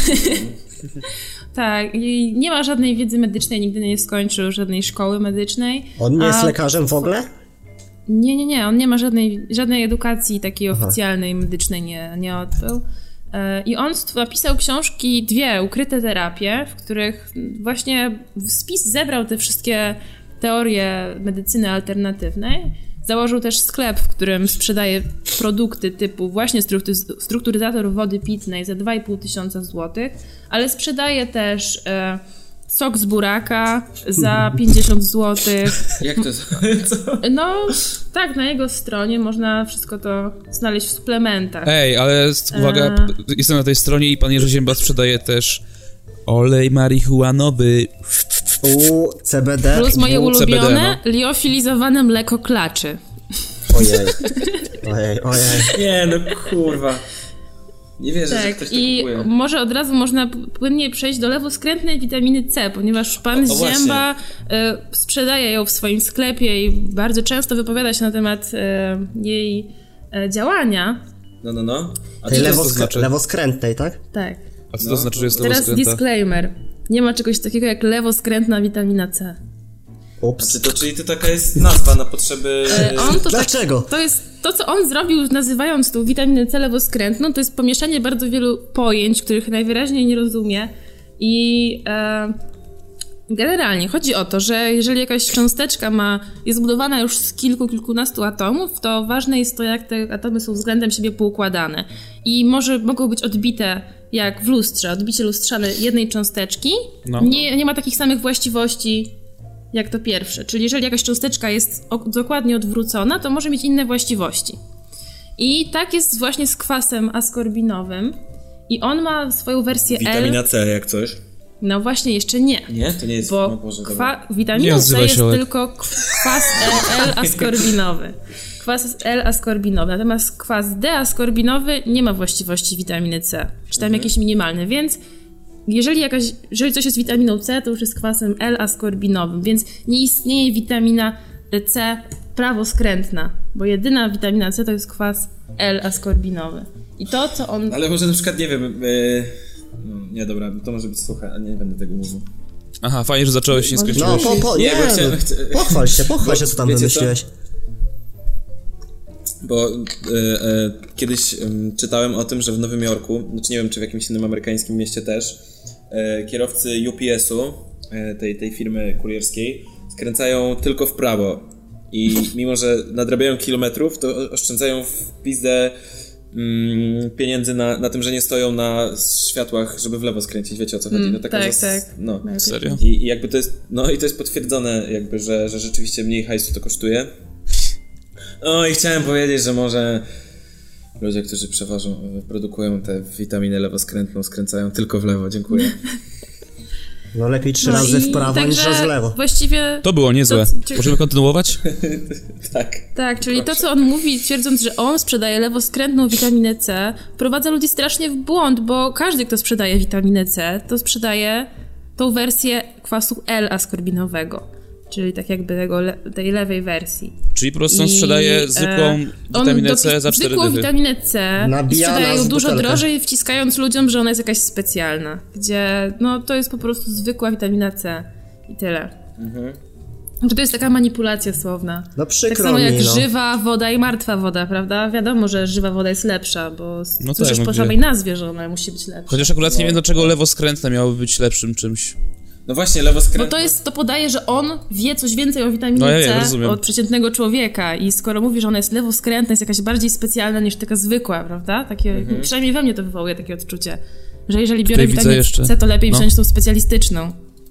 tak, i nie ma żadnej wiedzy medycznej, nigdy nie skończył żadnej szkoły medycznej. On nie jest a- lekarzem w ogóle? Nie, nie, nie, on nie ma żadnej, żadnej edukacji takiej Aha. oficjalnej, medycznej nie, nie odbył. E, I on st- napisał książki, dwie, Ukryte terapie, w których właśnie spis zebrał te wszystkie teorie medycyny alternatywnej. Założył też sklep, w którym sprzedaje produkty typu właśnie struktu- strukturyzator wody pitnej za dwa i pół tysiąca złotych, ale sprzedaje też e, sok z buraka za pięćdziesiąt złotych. Jak to jest? Co? No, tak, na jego stronie można wszystko to znaleźć w suplementach. Ej, ale s- uwaga, Eee. p- jestem na tej stronie i pan Jerzy Zięba sprzedaje też olej marihuanowy. U, C B D. Plus moje W, ulubione, C B D, liofilizowane mleko klaczy. Ojej. Ojej, ojej. Nie, no kurwa. Nie wierzę, że Tak, ktoś to i kupuje. może od razu można p- płynnie przejść do lewoskrętnej witaminy C, ponieważ pan O, o, właśnie. Zięba y, sprzedaje ją w swoim sklepie i bardzo często wypowiada się na temat y, jej y, działania. No, no, no. A Tej co to lewoskr- znaczy? lewoskrętnej, tak? Tak. A co No, to znaczy, że jest Teraz lewoskręta? disclaimer. Nie ma czegoś takiego jak lewoskrętna witamina C. Ups. Czy to, czyli to taka jest nazwa na potrzeby... E, On to tak, Dlaczego? to jest to, co on zrobił, nazywając tą witaminę C lewoskrętną, to jest pomieszanie bardzo wielu pojęć, których najwyraźniej nie rozumie. I e, generalnie chodzi o to, że jeżeli jakaś cząsteczka ma, jest zbudowana już z kilku, kilkunastu atomów, to ważne jest to, jak te atomy są względem siebie poukładane. I może mogą być odbite jak w lustrze, odbicie lustrzane jednej cząsteczki. No. Nie, nie ma takich samych właściwości jak to pierwsze. Czyli jeżeli jakaś cząsteczka jest o, dokładnie odwrócona, to może mieć inne właściwości. I tak jest właśnie z kwasem askorbinowym. I on ma swoją wersję Witamina L. C, jak coś. No właśnie, jeszcze nie. Nie? To nie jest... Bo o Boże, dobra. kwa... Nie witaminą C odzywaj jest się, Olek. tylko kwas L-askorbinowy. Kwas L-askorbinowy. Natomiast kwas D-askorbinowy nie ma właściwości witaminy C. Czy tam Mhm. jakieś minimalne, więc jeżeli, jakaś, jeżeli coś jest witaminą C, to już jest kwasem L-askorbinowym, więc nie istnieje witamina C prawoskrętna, bo jedyna witamina C to jest kwas L-askorbinowy. I to, co on... Ale może na przykład, nie wiem... Yy... No, nie, dobra, to może być suche, a nie będę tego mówił. Aha, fajnie, że zacząłeś, nie No, No, skończyłeś. po, po, Nie, nie, bo chciałem- no. chcia- Pochwal się, pochwal się, co tam Wiecie co? wymyśliłeś. Bo y, y, kiedyś y, czytałem o tym, że w Nowym Jorku, znaczy nie wiem, czy w jakimś innym amerykańskim mieście też, y, kierowcy U P S-u, y, tej, tej firmy kurierskiej, skręcają tylko w prawo. I mimo, że nadrabiają kilometrów, to oszczędzają w pizdę mm, pieniędzy na, na tym, że nie stoją na światłach, żeby w lewo skręcić, wiecie o co chodzi? Mm, no taka tak, zas- tak. No. Serio? I, I jakby to jest, no i to jest potwierdzone jakby, że, że rzeczywiście mniej hajsu to kosztuje. No i chciałem powiedzieć, że może ludzie, którzy przeważą, produkują te witaminy lewoskrętną, skręcają tylko w lewo. Dziękuję. No lepiej trzy No razy i w prawo niż także raz w lewo. Właściwie... To było niezłe. To- Możemy kontynuować? Tak. Tak, czyli to, co on mówi, twierdząc, że on sprzedaje lewoskrętną witaminę C, wprowadza ludzi strasznie w błąd, bo każdy, kto sprzedaje witaminę C, to sprzedaje tą wersję kwasu L-askorbinowego, czyli tak jakby tego le- tej lewej wersji. Czyli po prostu on I, sprzedaje e, zwykłą On witaminę do- C za cztery Zwykłą dychy. witaminę C Nabijana sprzedają z dużo butelkę. drożej, wciskając ludziom, że ona jest jakaś specjalna, gdzie no to jest po prostu zwykła witamina C i tyle. Mhm. Że to jest taka manipulacja słowna. No Tak przykro samo mi, jak no. żywa woda i martwa woda, prawda? Wiadomo, że żywa woda jest lepsza, bo No słyszysz tak, no po gdzie- samej nazwie, że ona musi być lepsza. Chociaż akurat nie wiem, dlaczego lewoskrętne miałoby być lepszym czymś. No właśnie, Bo lewoskrętna... to jest, to podaje, że on wie coś więcej o witaminie No ja wiem, C rozumiem. od przeciętnego człowieka i skoro mówi, że ona jest lewoskrętna, jest jakaś bardziej specjalna niż taka zwykła, prawda? Takie, Mhm. Przynajmniej we mnie to wywołuje takie odczucie, że jeżeli biorę Tutaj widzę witaminę jeszcze- C, to lepiej no. wziąć tą specjalistyczną.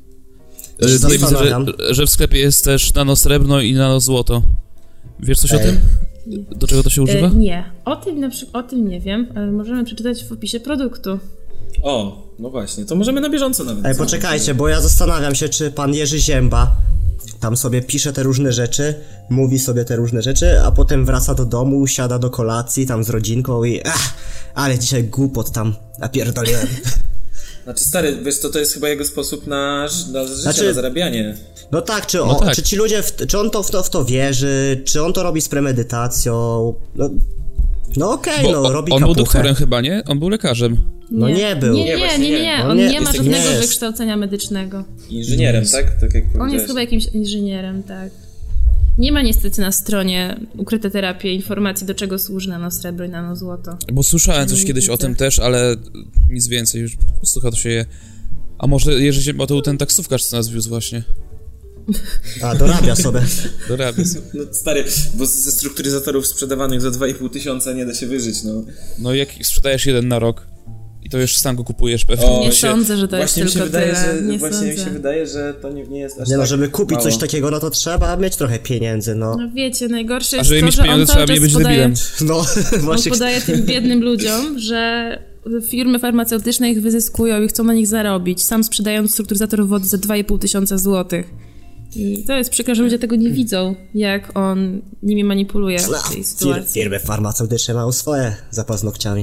E, Tutaj widzę, zastanawiam. że, że w sklepie jest też nano srebrno i nano złoto. Wiesz coś o Ej. tym? Do czego to się używa? E, nie, o tym, na przykład, o tym nie wiem, ale możemy przeczytać w opisie produktu. O, no właśnie, to możemy na bieżąco nawet. Ej, poczekajcie, bo ja zastanawiam się, czy pan Jerzy Zięba tam sobie pisze te różne rzeczy, mówi sobie te różne rzeczy, a potem wraca do domu, siada do kolacji tam z rodzinką i ach, ale dzisiaj głupot tam napierdoliłem. Znaczy stary, wiesz co, to jest chyba jego sposób na, ż- na życie, Znaczy- na zarabianie. No tak, czy, o, No tak. czy ci ludzie, w, czy on to w, to w to wierzy, czy on to robi z premedytacją, no, no okej, Bo no on, robi on był kapuchę. doktorem chyba, nie? On był lekarzem. No nie był. Nie, Nie, nie, właśnie nie, nie, nie. nie. On On nie- nie ma jest- żadnego nie jest. wykształcenia medycznego. Inżynierem, tak? Tak jak On powiedziałeś. jest chyba jakimś inżynierem, tak. Nie ma niestety na stronie ukryte terapie informacji, do czego służy nanosrebro i nanozłoto. Bo słyszałem coś Nie kiedyś o widzę. tym też, ale nic więcej, już po prostu chyba to się je... A może Jerzy Zięba to był ten taksówkarz, co nas wiózł właśnie. A, dorabia sobie. Dorabia sobie. No stary, bo z- ze strukturyzatorów sprzedawanych za dwa i pół tysiąca nie da się wyżyć, no. No i jak sprzedajesz jeden na rok i to już sam go kupujesz pewnie. O, Nie się- sądzę, że to jest właśnie mi się tylko wydaje, tyle. Że, Nie właśnie mi sądzę. się wydaje, że to nie, nie jest aż Nie no, tak żeby kupić mało. coś takiego, no to trzeba mieć trochę pieniędzy, no. No wiecie, najgorsze A jest żeby to, mieć że on pieniądze, cały trzeba nie czas być podaje, debilem. No, on właśnie. podaje tym biednym ludziom, że firmy farmaceutyczne ich wyzyskują i chcą na nich zarobić, sam sprzedając strukturyzator wody za dwa i pół tysiąca złotych. I to jest przykre, że ludzie tego nie widzą, jak on nimi manipuluje No, w tej fir- sytuacji. firmy farmaceutyczne mają swoje za paznokciami.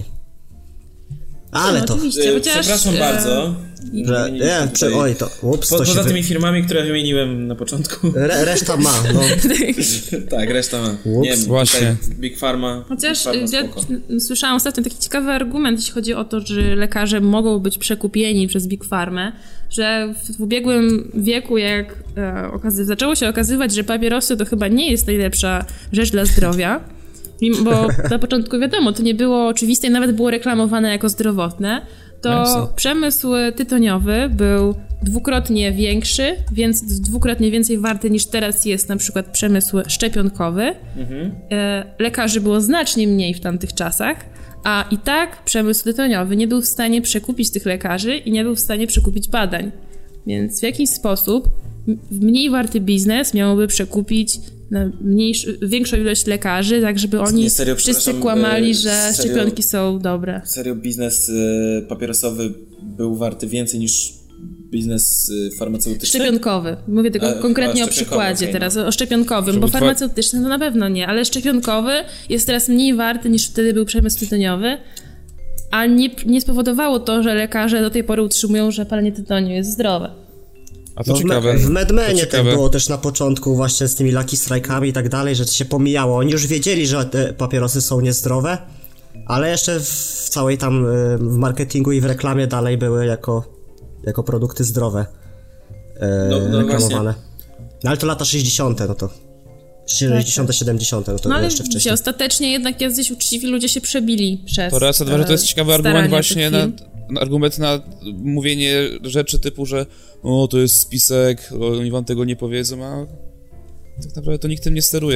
Ale No, to... oczywiście, Y, chociaż, Przepraszam e, bardzo. Że, nie, prze, Tutaj- oj, to... Ups, Po, to się poza wy... tymi firmami, które wymieniłem na początku. Re, reszta ma, no. Tak, reszta ma. Ups. Nie wiem, Właśnie. tutaj Big Pharma. Chociaż Big Pharma ja spoko. słyszałam ostatnio taki ciekawy argument, jeśli chodzi o to, że lekarze mogą być przekupieni przez Big Pharmę, że w ubiegłym wieku, jak e, okazy- zaczęło się okazywać, że papierosy to chyba nie jest najlepsza rzecz dla zdrowia, mimo- bo na początku wiadomo, to nie było oczywiste i nawet było reklamowane jako zdrowotne, to Jasne. przemysł tytoniowy był dwukrotnie większy, więc dwukrotnie więcej warty niż teraz jest na przykład przemysł szczepionkowy. E, Lekarzy było znacznie mniej w tamtych czasach, a i tak przemysł tytoniowy nie był w stanie przekupić tych lekarzy i nie był w stanie przekupić badań. Więc w jakiś sposób m- mniej warty biznes miałoby przekupić na mniejszy, większą ilość lekarzy, tak żeby oni Nie, serio, wszyscy przepraszam, kłamali, e, że serio? szczepionki są dobre. Serio, biznes y, papierosowy był warty więcej niż biznes y, farmaceutyczny? Szczepionkowy. Mówię tylko A, konkretnie a, o szczepionkowy, przykładzie okej, teraz, o szczepionkowym, Żeby bo dwa- farmaceutyczny to na pewno nie, ale szczepionkowy jest teraz mniej warty niż wtedy był przemysł tytoniowy, a nie, nie spowodowało to, że lekarze do tej pory utrzymują, że palenie tytoniu jest zdrowe. A to No w, ciekawe. me, w to Medmenie tak ciekawe. było też na początku właśnie z tymi Lucky Strike'ami i tak dalej, że to się pomijało. Oni już wiedzieli, że te papierosy są niezdrowe, ale jeszcze w całej tam y, w marketingu i w reklamie dalej były jako, jako produkty zdrowe e, No, no reklamowane. No ale to lata sześćdziesiąte, no to sześćdziesiąte, siedemdziesiąte, no to No ale jeszcze widzicie, wcześniej. ostatecznie jednak jacyś uczciwi ludzie się przebili przez To raz, a dwa, że to jest e, ciekawy argument starania właśnie tych na, firm. na argument na mówienie rzeczy typu, że o, to jest spisek, o, oni wam tego nie powiedzą, a tak naprawdę to nikt tym nie steruje.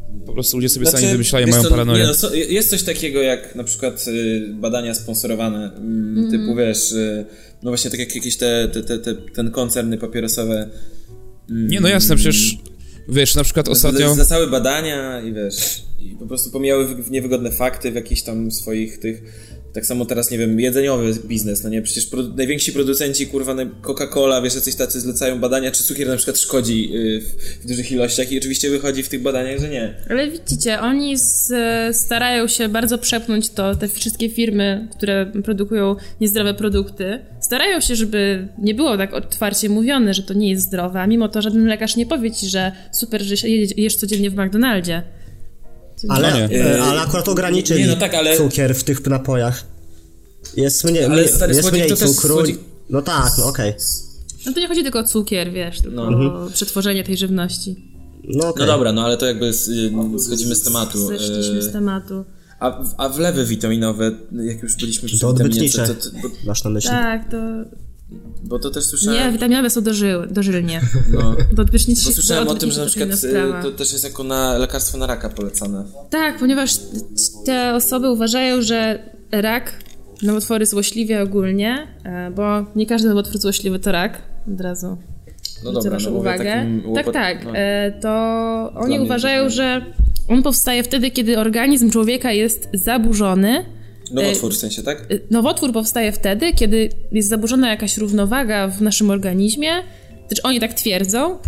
po prostu ludzie sobie Znaczy, sami wymyślają, wiesz mają co, paranoję. Nie, no, so, jest coś takiego jak na przykład y, badania sponsorowane, y, mm. typu wiesz, y, no właśnie tak jak jakieś te, te, te, te ten koncerny papierosowe. Y, nie, no jasne, przecież wiesz, na przykład ostatnio... Zlecały badania i wiesz, i po prostu pomijały niewygodne fakty w jakichś tam swoich tych... Tak samo teraz, nie wiem, jedzeniowy biznes, no nie? Przecież produ- najwięksi producenci, kurwa, Coca-Cola, wiesz, jacyś tacy zlecają badania, czy cukier na przykład szkodzi yy, w, w dużych ilościach i oczywiście wychodzi w tych badaniach, że nie. Ale widzicie, oni z, starają się bardzo przepchnąć to, te wszystkie firmy, które produkują niezdrowe produkty, starają się, żeby nie było tak otwarcie mówione, że to nie jest zdrowe, a mimo to żaden lekarz nie powie ci, że super, że jesz codziennie w McDonaldzie. Ale, no e, ale akurat ograniczyli nie, no tak, ale... cukier w tych napojach. Jest mniej, ale stary, jest mniej to też cukru. słodzik... No tak, no okej. Okay. No to nie chodzi tylko o cukier, wiesz, tylko no. o przetworzenie tej żywności. No, okay. no dobra, no ale to jakby schodzimy z tematu. Zeszliśmy z tematu. A, a wlewy witaminowe, jak już byliśmy przy to witaminie C, to, to, to, bo, masz na myśli? Tak, to... Bo to też słyszałem... Nie, witaminowe są dożyły, dożylnie. No. Do odpysznicy Bo słyszałem o tym, że na przykład sprawa. to też jest jako na lekarstwo na raka polecane. Tak, ponieważ te osoby uważają, że rak, nowotwory złośliwie ogólnie, bo nie każdy nowotwór złośliwy to rak, od razu no dobra, proszę no uwagę. Takim tak, tak, no. to oni uważają, że on powstaje wtedy, kiedy organizm człowieka jest zaburzony. Nowotwór w sensie, tak? Nowotwór powstaje wtedy, kiedy jest zaburzona jakaś równowaga w naszym organizmie, też oni tak twierdzą,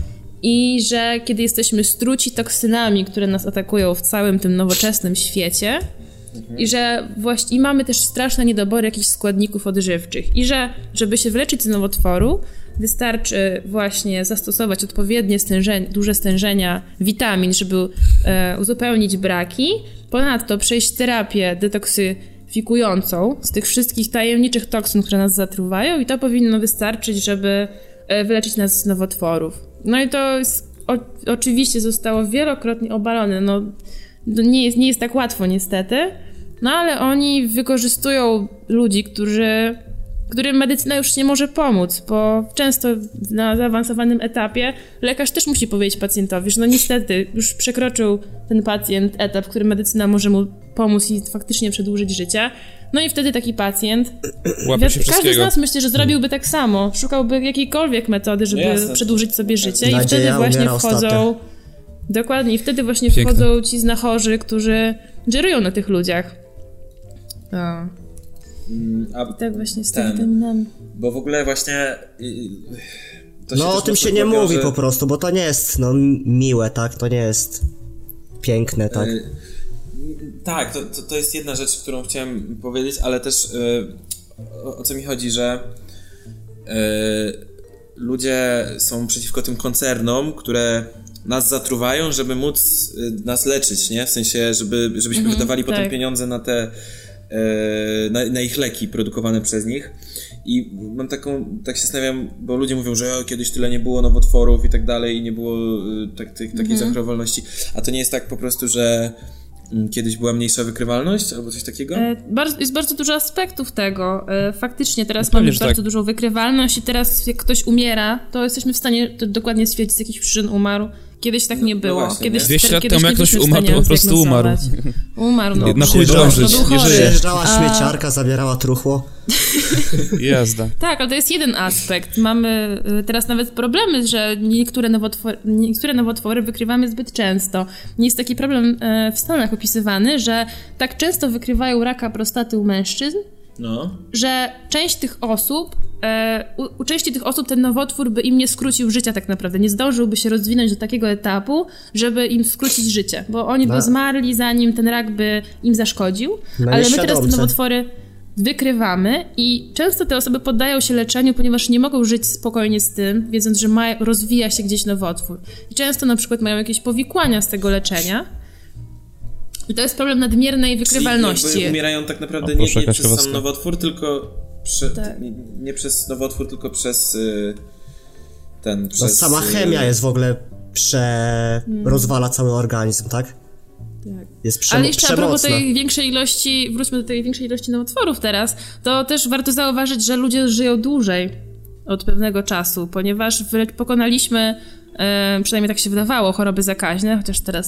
i że kiedy jesteśmy struci toksynami, które nas atakują w całym tym nowoczesnym świecie, mhm. i że właśnie i mamy też straszne niedobory jakichś składników odżywczych i że żeby się wyleczyć z nowotworu, wystarczy właśnie zastosować odpowiednie stężenie, duże stężenia witamin, żeby e, uzupełnić braki, ponadto przejść terapię detoksyfikującą z tych wszystkich tajemniczych toksyn, które nas zatruwają, i to powinno wystarczyć, żeby e, wyleczyć nas z nowotworów. No i to jest, o, oczywiście zostało wielokrotnie obalone, no nie jest, nie jest tak łatwo niestety, no ale oni wykorzystują ludzi, którzy którym medycyna już nie może pomóc, bo często na zaawansowanym etapie lekarz też musi powiedzieć pacjentowi, że no niestety już przekroczył ten pacjent etap, w którym medycyna może mu pomóc i faktycznie przedłużyć życie. No i wtedy taki pacjent, łapie się każdy z nas myślę, że zrobiłby tak samo, szukałby jakiejkolwiek metody, żeby no przedłużyć sobie życie. Nadzieja i wtedy właśnie wchodzą ostatnio. Dokładnie, i wtedy właśnie Piękne. wchodzą ci znachorzy, którzy dżerują na tych ludziach. O. A I tak właśnie z ten, tymi witaminami. Bo w ogóle właśnie... To no o tym się nie mówi że... po prostu, bo to nie jest no, miłe, tak? To nie jest piękne, tak? Yy, tak, to, to, to jest jedna rzecz, którą chciałem powiedzieć, ale też yy, o, o co mi chodzi, że yy, ludzie są przeciwko tym koncernom, które nas zatruwają, żeby móc yy, nas leczyć, nie? W sensie, żeby, żebyśmy mm-hmm, wydawali tak. potem pieniądze na te Na, na ich leki produkowane przez nich. I mam taką, tak się zastanawiam, bo ludzie mówią, że o, kiedyś tyle nie było nowotworów i tak dalej i nie było tak, tak, takiej mm-hmm. zachorowalności. A to nie jest tak po prostu, że kiedyś była mniejsza wykrywalność albo coś takiego? E, bardzo, jest bardzo dużo aspektów tego. E, faktycznie teraz no, mamy bardzo tak. dużą wykrywalność i teraz jak ktoś umiera, to jesteśmy w stanie to dokładnie stwierdzić, z jakich przyczyn umarł. Kiedyś tak nie było. No właśnie, kiedyś, dwieście lat kiedyś temu jak ktoś umarł, to po prostu umarł. Umarł, no. Na chuj drążyć, no, nie żyje. Przyjeżdżała śmieciarka, A... zabierała truchło. Jazda. Tak, ale to jest jeden aspekt. Mamy teraz nawet problemy, że niektóre nowotwory, niektóre nowotwory wykrywamy zbyt często. Jest taki problem w Stanach opisywany, że tak często wykrywają raka prostaty u mężczyzn, no. że część tych osób, e, u, u części tych osób ten nowotwór by im nie skrócił życia tak naprawdę, nie zdążyłby się rozwinąć do takiego etapu, żeby im skrócić życie, bo oni no. by zmarli zanim ten rak by im zaszkodził, no ale my teraz te nowotwory wykrywamy i często te osoby poddają się leczeniu, ponieważ nie mogą żyć spokojnie z tym, wiedząc, że ma, rozwija się gdzieś nowotwór. I często na przykład mają jakieś powikłania z tego leczenia. I to jest problem nadmiernej wykrywalności. Czyli umierają tak naprawdę nie, nie przez sam nowotwór, tylko prze, tak. nie, nie przez nowotwór, tylko przez y, ten... Przez, no sama chemia jest w ogóle prze... Hmm. rozwala cały organizm, tak? Tak. Jest przemo- Ale jeszcze przemocna. a propos tej większej ilości, wróćmy do tej większej ilości nowotworów teraz, to też warto zauważyć, że ludzie żyją dłużej od pewnego czasu, ponieważ pokonaliśmy, e, przynajmniej tak się wydawało, choroby zakaźne, chociaż teraz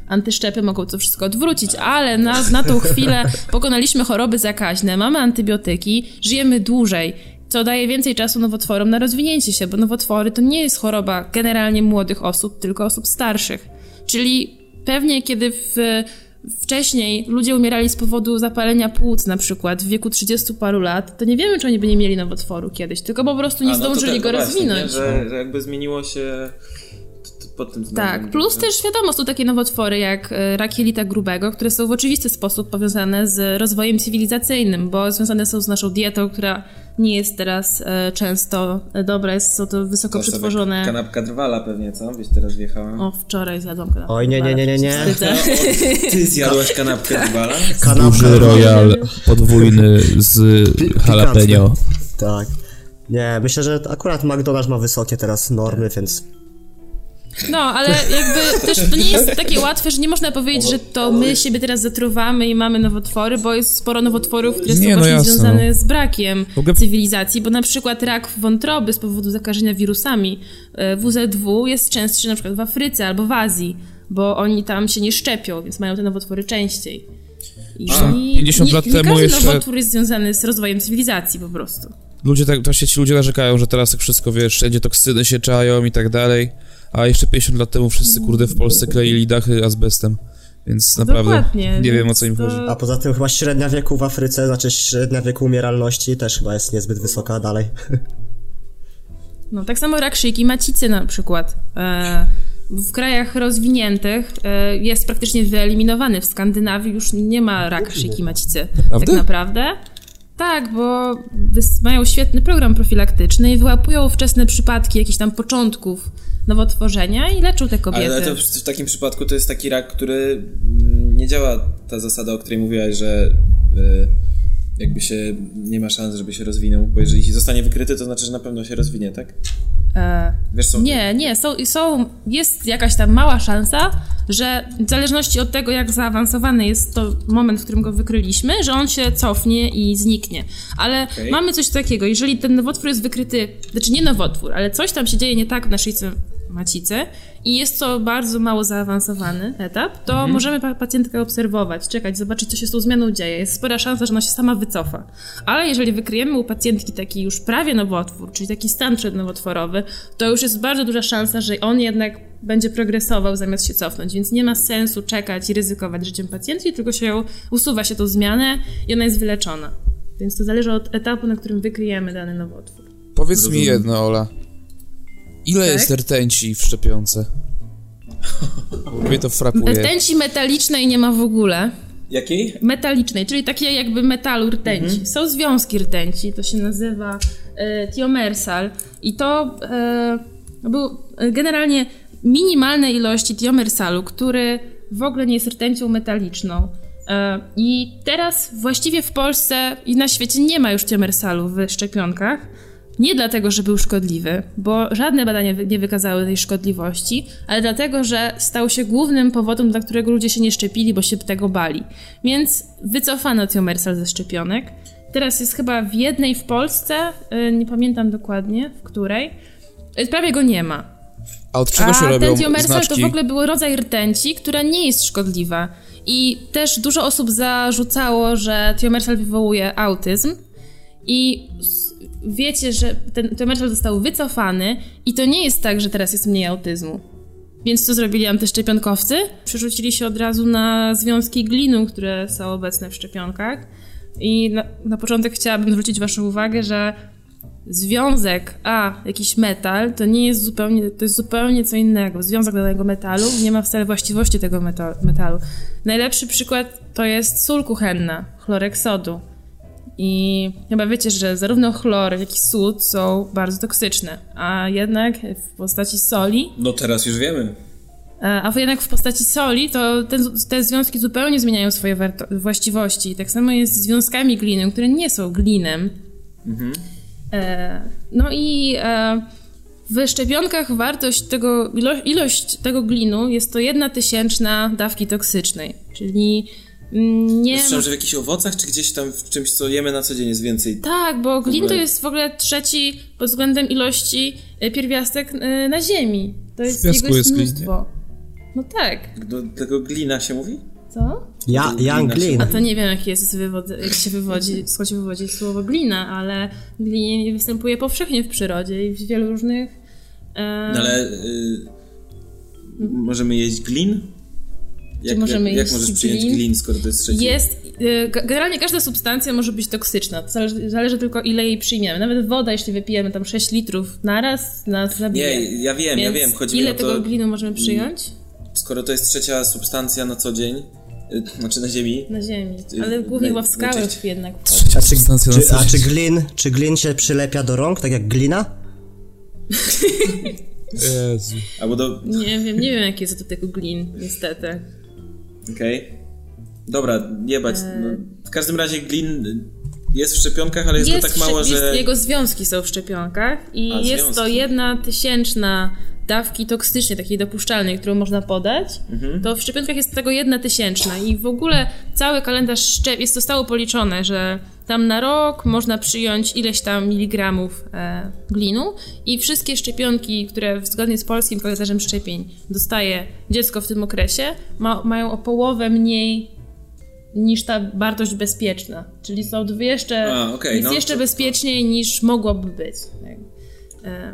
Antyszczepy mogą to wszystko odwrócić, ale na, na tą chwilę pokonaliśmy choroby zakaźne, mamy antybiotyki, żyjemy dłużej, co daje więcej czasu nowotworom na rozwinięcie się, bo nowotwory to nie jest choroba generalnie młodych osób, tylko osób starszych. Czyli pewnie kiedy w, wcześniej ludzie umierali z powodu zapalenia płuc na przykład w wieku trzydziestu paru lat, to nie wiemy, czy oni by nie mieli nowotworu kiedyś, tylko po prostu nie A, no zdążyli tak, go no właśnie, rozwinąć. nie? Że, że jakby zmieniło się pod tym względem. Tak, plus też wiadomo, są takie nowotwory jak rak jelita grubego, które są w oczywisty sposób powiązane z rozwojem cywilizacyjnym, bo związane są z naszą dietą, która nie jest teraz e, często dobra, jest, są to wysoko To przetworzone... Kanapka drwala pewnie, co? Byś teraz wjechała. O, wczoraj zjadłam kanapkę. Oj, nie, nie, nie, nie, nie. Wstydzę. Ty zjadłaś kanapkę drwala? Duży royal podwójny z jalapeno. Tak. Nie, myślę, że akurat McDonald's ma wysokie teraz normy, więc... No, ale jakby też to nie jest takie łatwe, że nie można powiedzieć, że to my siebie teraz zatruwamy i mamy nowotwory, bo jest sporo nowotworów, które są Nie, no właśnie jasne, związane no. z brakiem ogóle... cywilizacji, bo na przykład rak wątroby z powodu zakażenia wirusami W Z W jest częstszy na przykład w Afryce albo w Azji, bo oni tam się nie szczepią, więc mają te nowotwory częściej. I A, pięćdziesiąt nie, lat nie temu każdy jeszcze... nowotwór jest związany z rozwojem cywilizacji po prostu. Ludzie tak, właśnie ci ludzie narzekają, że teraz tak wszystko, wiesz, wszędzie toksyny się czają i tak dalej, a jeszcze pięćdziesiąt lat temu wszyscy, kurde, w Polsce kleili dachy azbestem, więc naprawdę Dokładnie, nie wiem, o co im to... chodzi. A poza tym chyba średnia wieku w Afryce, znaczy średnia wieku umieralności też chyba jest niezbyt wysoka dalej. No, tak samo rak szyjki macicy na przykład. E, w krajach rozwiniętych e, jest praktycznie wyeliminowany. W Skandynawii już nie ma raka szyjki macicy. Naprawdę? Tak naprawdę. Tak, bo wys- mają świetny program profilaktyczny i wyłapują wczesne przypadki jakichś tam początków nowotworzenia i leczą te kobiety. Ale to w, w takim przypadku to jest taki rak, który mm, nie działa ta zasada, o której mówiłaś, że y, jakby się nie ma szans, żeby się rozwinął, bo jeżeli zostanie wykryty, to znaczy, że na pewno się rozwinie, tak? E, Wiesz co? Nie, nie, są, są, jest jakaś tam mała szansa, że w zależności od tego, jak zaawansowany jest to moment, w którym go wykryliśmy, że on się cofnie i zniknie. Ale Okay. mamy coś takiego, jeżeli ten nowotwór jest wykryty, znaczy nie nowotwór, ale coś tam się dzieje nie tak w naszej macicy i jest to bardzo mało zaawansowany etap, to mhm. możemy pa- pacjentkę obserwować, czekać, zobaczyć, co się z tą zmianą dzieje. Jest spora szansa, że ona się sama wycofa. Ale jeżeli wykryjemy u pacjentki taki już prawie nowotwór, czyli taki stan przednowotworowy, to już jest bardzo duża szansa, że on jednak będzie progresował zamiast się cofnąć, więc nie ma sensu czekać i ryzykować życiem pacjentki, tylko się usuwa się tą zmianę i ona jest wyleczona. Więc to zależy od etapu, na którym wykryjemy dany nowotwór. Powiedz Rozumiem. mi jedno, Ola. Ile Tak? jest rtęci w szczepionce? Mnie to frapuje. Rtęci metalicznej nie ma w ogóle. Jakiej? Metalicznej, czyli takiej jakby metalu rtęci. Mhm. Są związki rtęci, to się nazywa e, tiomersal i to e, był generalnie minimalne ilości tiomersalu, który w ogóle nie jest rtęcią metaliczną. E, I teraz właściwie w Polsce i na świecie nie ma już tiomersalu w szczepionkach. Nie dlatego, że był szkodliwy, bo żadne badania nie wykazały tej szkodliwości, ale dlatego, że stał się głównym powodem, dla którego ludzie się nie szczepili, bo się tego bali. Więc wycofano tiomersal ze szczepionek. Teraz jest chyba w jednej w Polsce, nie pamiętam dokładnie w której, prawie go nie ma. A od czego się A robią ten tiomersal znaczki? to w ogóle był rodzaj rtęci, która nie jest szkodliwa. I też dużo osób zarzucało, że tiomersal wywołuje autyzm i wiecie, że ten tiomersal został wycofany i to nie jest tak, że teraz jest mniej autyzmu. Więc co zrobili antyszczepionkowcy? Przerzucili się od razu na związki glinu, które są obecne w szczepionkach. I na, na początek chciałabym zwrócić waszą uwagę, że związek a jakiś metal to nie jest zupełnie, to jest zupełnie co innego. Związek danego metalu nie ma wcale właściwości tego metal, metalu. Najlepszy przykład to jest sól kuchenna, chlorek sodu. I chyba wiecie, że zarówno chlor, jak i sód są bardzo toksyczne, a jednak w postaci soli... No teraz już wiemy. A jednak w postaci soli to te, te związki zupełnie zmieniają swoje warto- właściwości. Tak samo jest z związkami gliny, które nie są glinem. Mhm. E, no i e, w szczepionkach wartość tego, ilo- ilość tego glinu jest to jedna tysięczna dawki toksycznej, czyli nie... Słyszałem, że w jakichś owocach, czy gdzieś tam w czymś, co jemy na co dzień jest więcej. Tak, bo glin to jest w ogóle trzeci pod względem ilości pierwiastek na Ziemi. To jest W piasku jego jest jest glin, mnóstwo. No tak. Do tego glina się mówi? Co? Ja, Young Glin. A to nie wiem, jak jest wywod... jak się wywodzi, skąd się wywodzi słowo glina, ale glin występuje powszechnie w przyrodzie i w wielu różnych... E... No ale y... możemy jeść glin? Jak, możemy jak, jeść jak możesz przyjąć glin? glin, skoro to jest trzeci? Jest, y, generalnie każda substancja może być toksyczna, to zależy, zależy tylko ile jej przyjmiemy. Nawet woda, jeśli wypijemy tam sześć litrów naraz, nas zabije. Nie, ja wiem, Więc ja wiem. Chodzi ile mi o to, tego glinu możemy przyjąć? Skoro to jest trzecia substancja na co dzień, y, znaczy na ziemi. Na ziemi, ale głównie chyba w skałach jednak. A czy, Substancja na czy, a co czy dzień. glin, czy glin się przylepia do rąk, tak jak glina? Jezu. Albo do... Nie wiem, nie wiem jaki jest do tego glin, niestety. Okej. Okay. Dobra, jebać. No, w każdym razie glin jest w szczepionkach, ale jest, Jest go tak mało, jest, że... Jego związki są w szczepionkach i A, jest związki. to jedna tysięczna dawki toksycznej, takiej dopuszczalnej, którą można podać, Mhm. to w szczepionkach jest tego jedna tysięczna i w ogóle cały kalendarz szczep... jest zostało policzone, że tam na rok można przyjąć ileś tam miligramów e, glinu i wszystkie szczepionki, które zgodnie z polskim kalendarzem szczepień dostaje dziecko w tym okresie, ma, mają o połowę mniej niż ta wartość bezpieczna. Czyli są dwie jeszcze, A, okay, jest no, jeszcze to... bezpieczniej niż mogłoby być. E,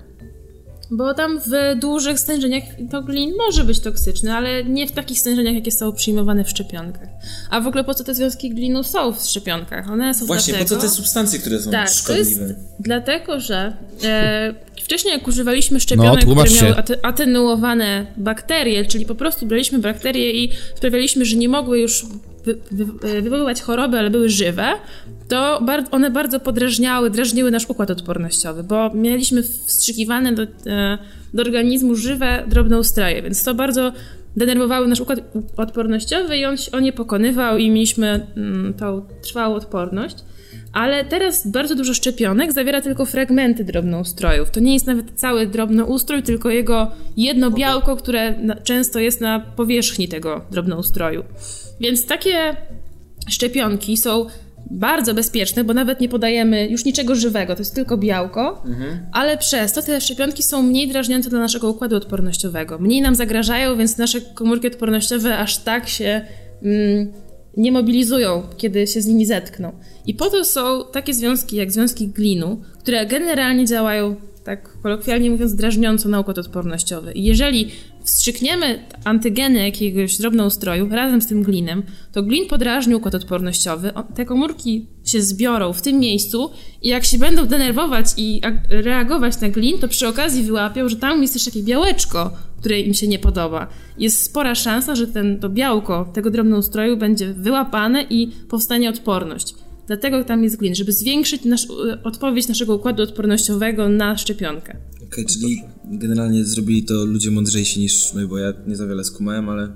Bo tam w dużych stężeniach to glin może być toksyczny, ale nie w takich stężeniach, jakie są przyjmowane w szczepionkach. A w ogóle po co te związki glinu są w szczepionkach? One są Właśnie, dlatego... po co te substancje, które są tak, szkodliwe? to jest dlatego, że e, wcześniej jak używaliśmy szczepionek, No, które się. miały at- atenuowane bakterie, czyli po prostu braliśmy bakterie i sprawialiśmy, że nie mogły już wy- wy- wywoływać choroby, ale były żywe, to bar- one bardzo podrażniały, drażniły nasz układ odpornościowy, bo mieliśmy wstrzykiwane do, e, do organizmu żywe drobnoustroje, więc to bardzo denerwowały nasz układ odpornościowy i on, on je pokonywał i mieliśmy mm, tą trwałą odporność. Ale teraz bardzo dużo szczepionek zawiera tylko fragmenty drobnoustrojów. To nie jest nawet cały drobnoustrój, tylko jego jedno białko, które na, często jest na powierzchni tego drobnoustroju. Więc takie szczepionki są bardzo bezpieczne, bo nawet nie podajemy już niczego żywego, to jest tylko białko, mhm. ale przez to te szczepionki są mniej drażniące dla naszego układu odpornościowego. Mniej nam zagrażają, więc nasze komórki odpornościowe aż tak się mm, nie mobilizują, kiedy się z nimi zetkną. I po to są takie związki jak związki glinu, które generalnie działają, tak kolokwialnie mówiąc, drażniąco na układ odpornościowy. I jeżeli wstrzykniemy antygeny jakiegoś drobnoustroju razem z tym glinem, to glin podrażni układ odpornościowy, te komórki się zbiorą w tym miejscu i jak się będą denerwować i reagować na glin, to przy okazji wyłapią, że tam jest też takie białeczko, które im się nie podoba. Jest spora szansa, że ten, to białko tego drobnoustroju będzie wyłapane i powstanie odporność. Dlatego tam jest glin, żeby zwiększyć nasz, odpowiedź naszego układu odpornościowego na szczepionkę. Okej, okay, czyli generalnie zrobili to ludzie mądrzejsi niż my, bo ja nie za wiele skumałem, ale...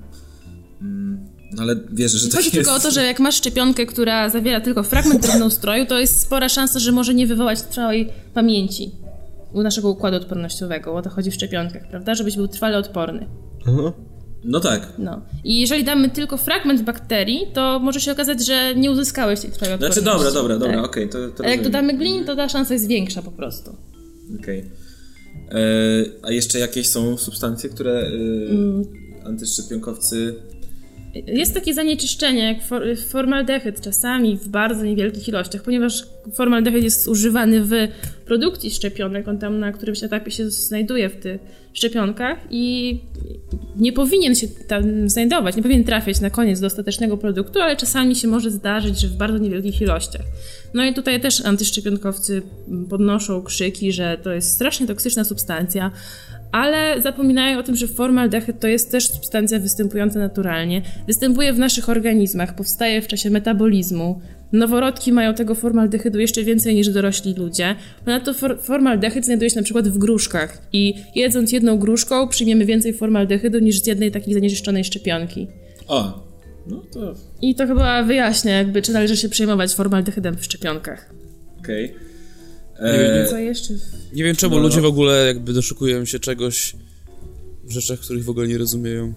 Mm, ale wierzę, że tak jest. Chodzi tylko o to, że jak masz szczepionkę, która zawiera tylko fragment drobnoustroju, to jest spora szansa, że może nie wywołać trwałej pamięci u naszego układu odpornościowego. O to chodzi w szczepionkach, prawda? Żebyś był trwale odporny. Mhm. No tak. No. I jeżeli damy tylko fragment bakterii, to może się okazać, że nie uzyskałeś tej trwałej odporności. Znaczy dobra, dobra, dobra, tak? okej. Okay, to, to A jak rozumiem. dodamy glin, to ta szansa jest większa po prostu. Okej. Okay. A jeszcze jakieś są substancje, które y, mm. antyszczepionkowcy... Jest takie zanieczyszczenie jak for, formaldehyd czasami w bardzo niewielkich ilościach, ponieważ formaldehyd jest używany w produkcji szczepionek, on tam na którymś etapie się znajduje w tych szczepionkach i nie powinien się tam znajdować, nie powinien trafiać na koniec do ostatecznego produktu, ale czasami się może zdarzyć, że w bardzo niewielkich ilościach. No i tutaj też antyszczepionkowcy podnoszą krzyki, że to jest strasznie toksyczna substancja, ale zapominają o tym, że formaldehyd to jest też substancja występująca naturalnie. Występuje w naszych organizmach, powstaje w czasie metabolizmu. Noworodki mają tego formaldehydu jeszcze więcej niż dorośli ludzie. Ponadto for- formaldehyd znajduje się na przykład w gruszkach i jedząc jedną gruszką przyjmiemy więcej formaldehydu niż z jednej takiej zanieczyszczonej szczepionki. O, no to... I to chyba wyjaśnia jakby, czy należy się przejmować formaldehydem w szczepionkach. Okej. Okay. Eee, Co jeszcze? Nie wiem czemu no. ludzie w ogóle jakby doszukują się czegoś w rzeczach, których w ogóle nie rozumieją.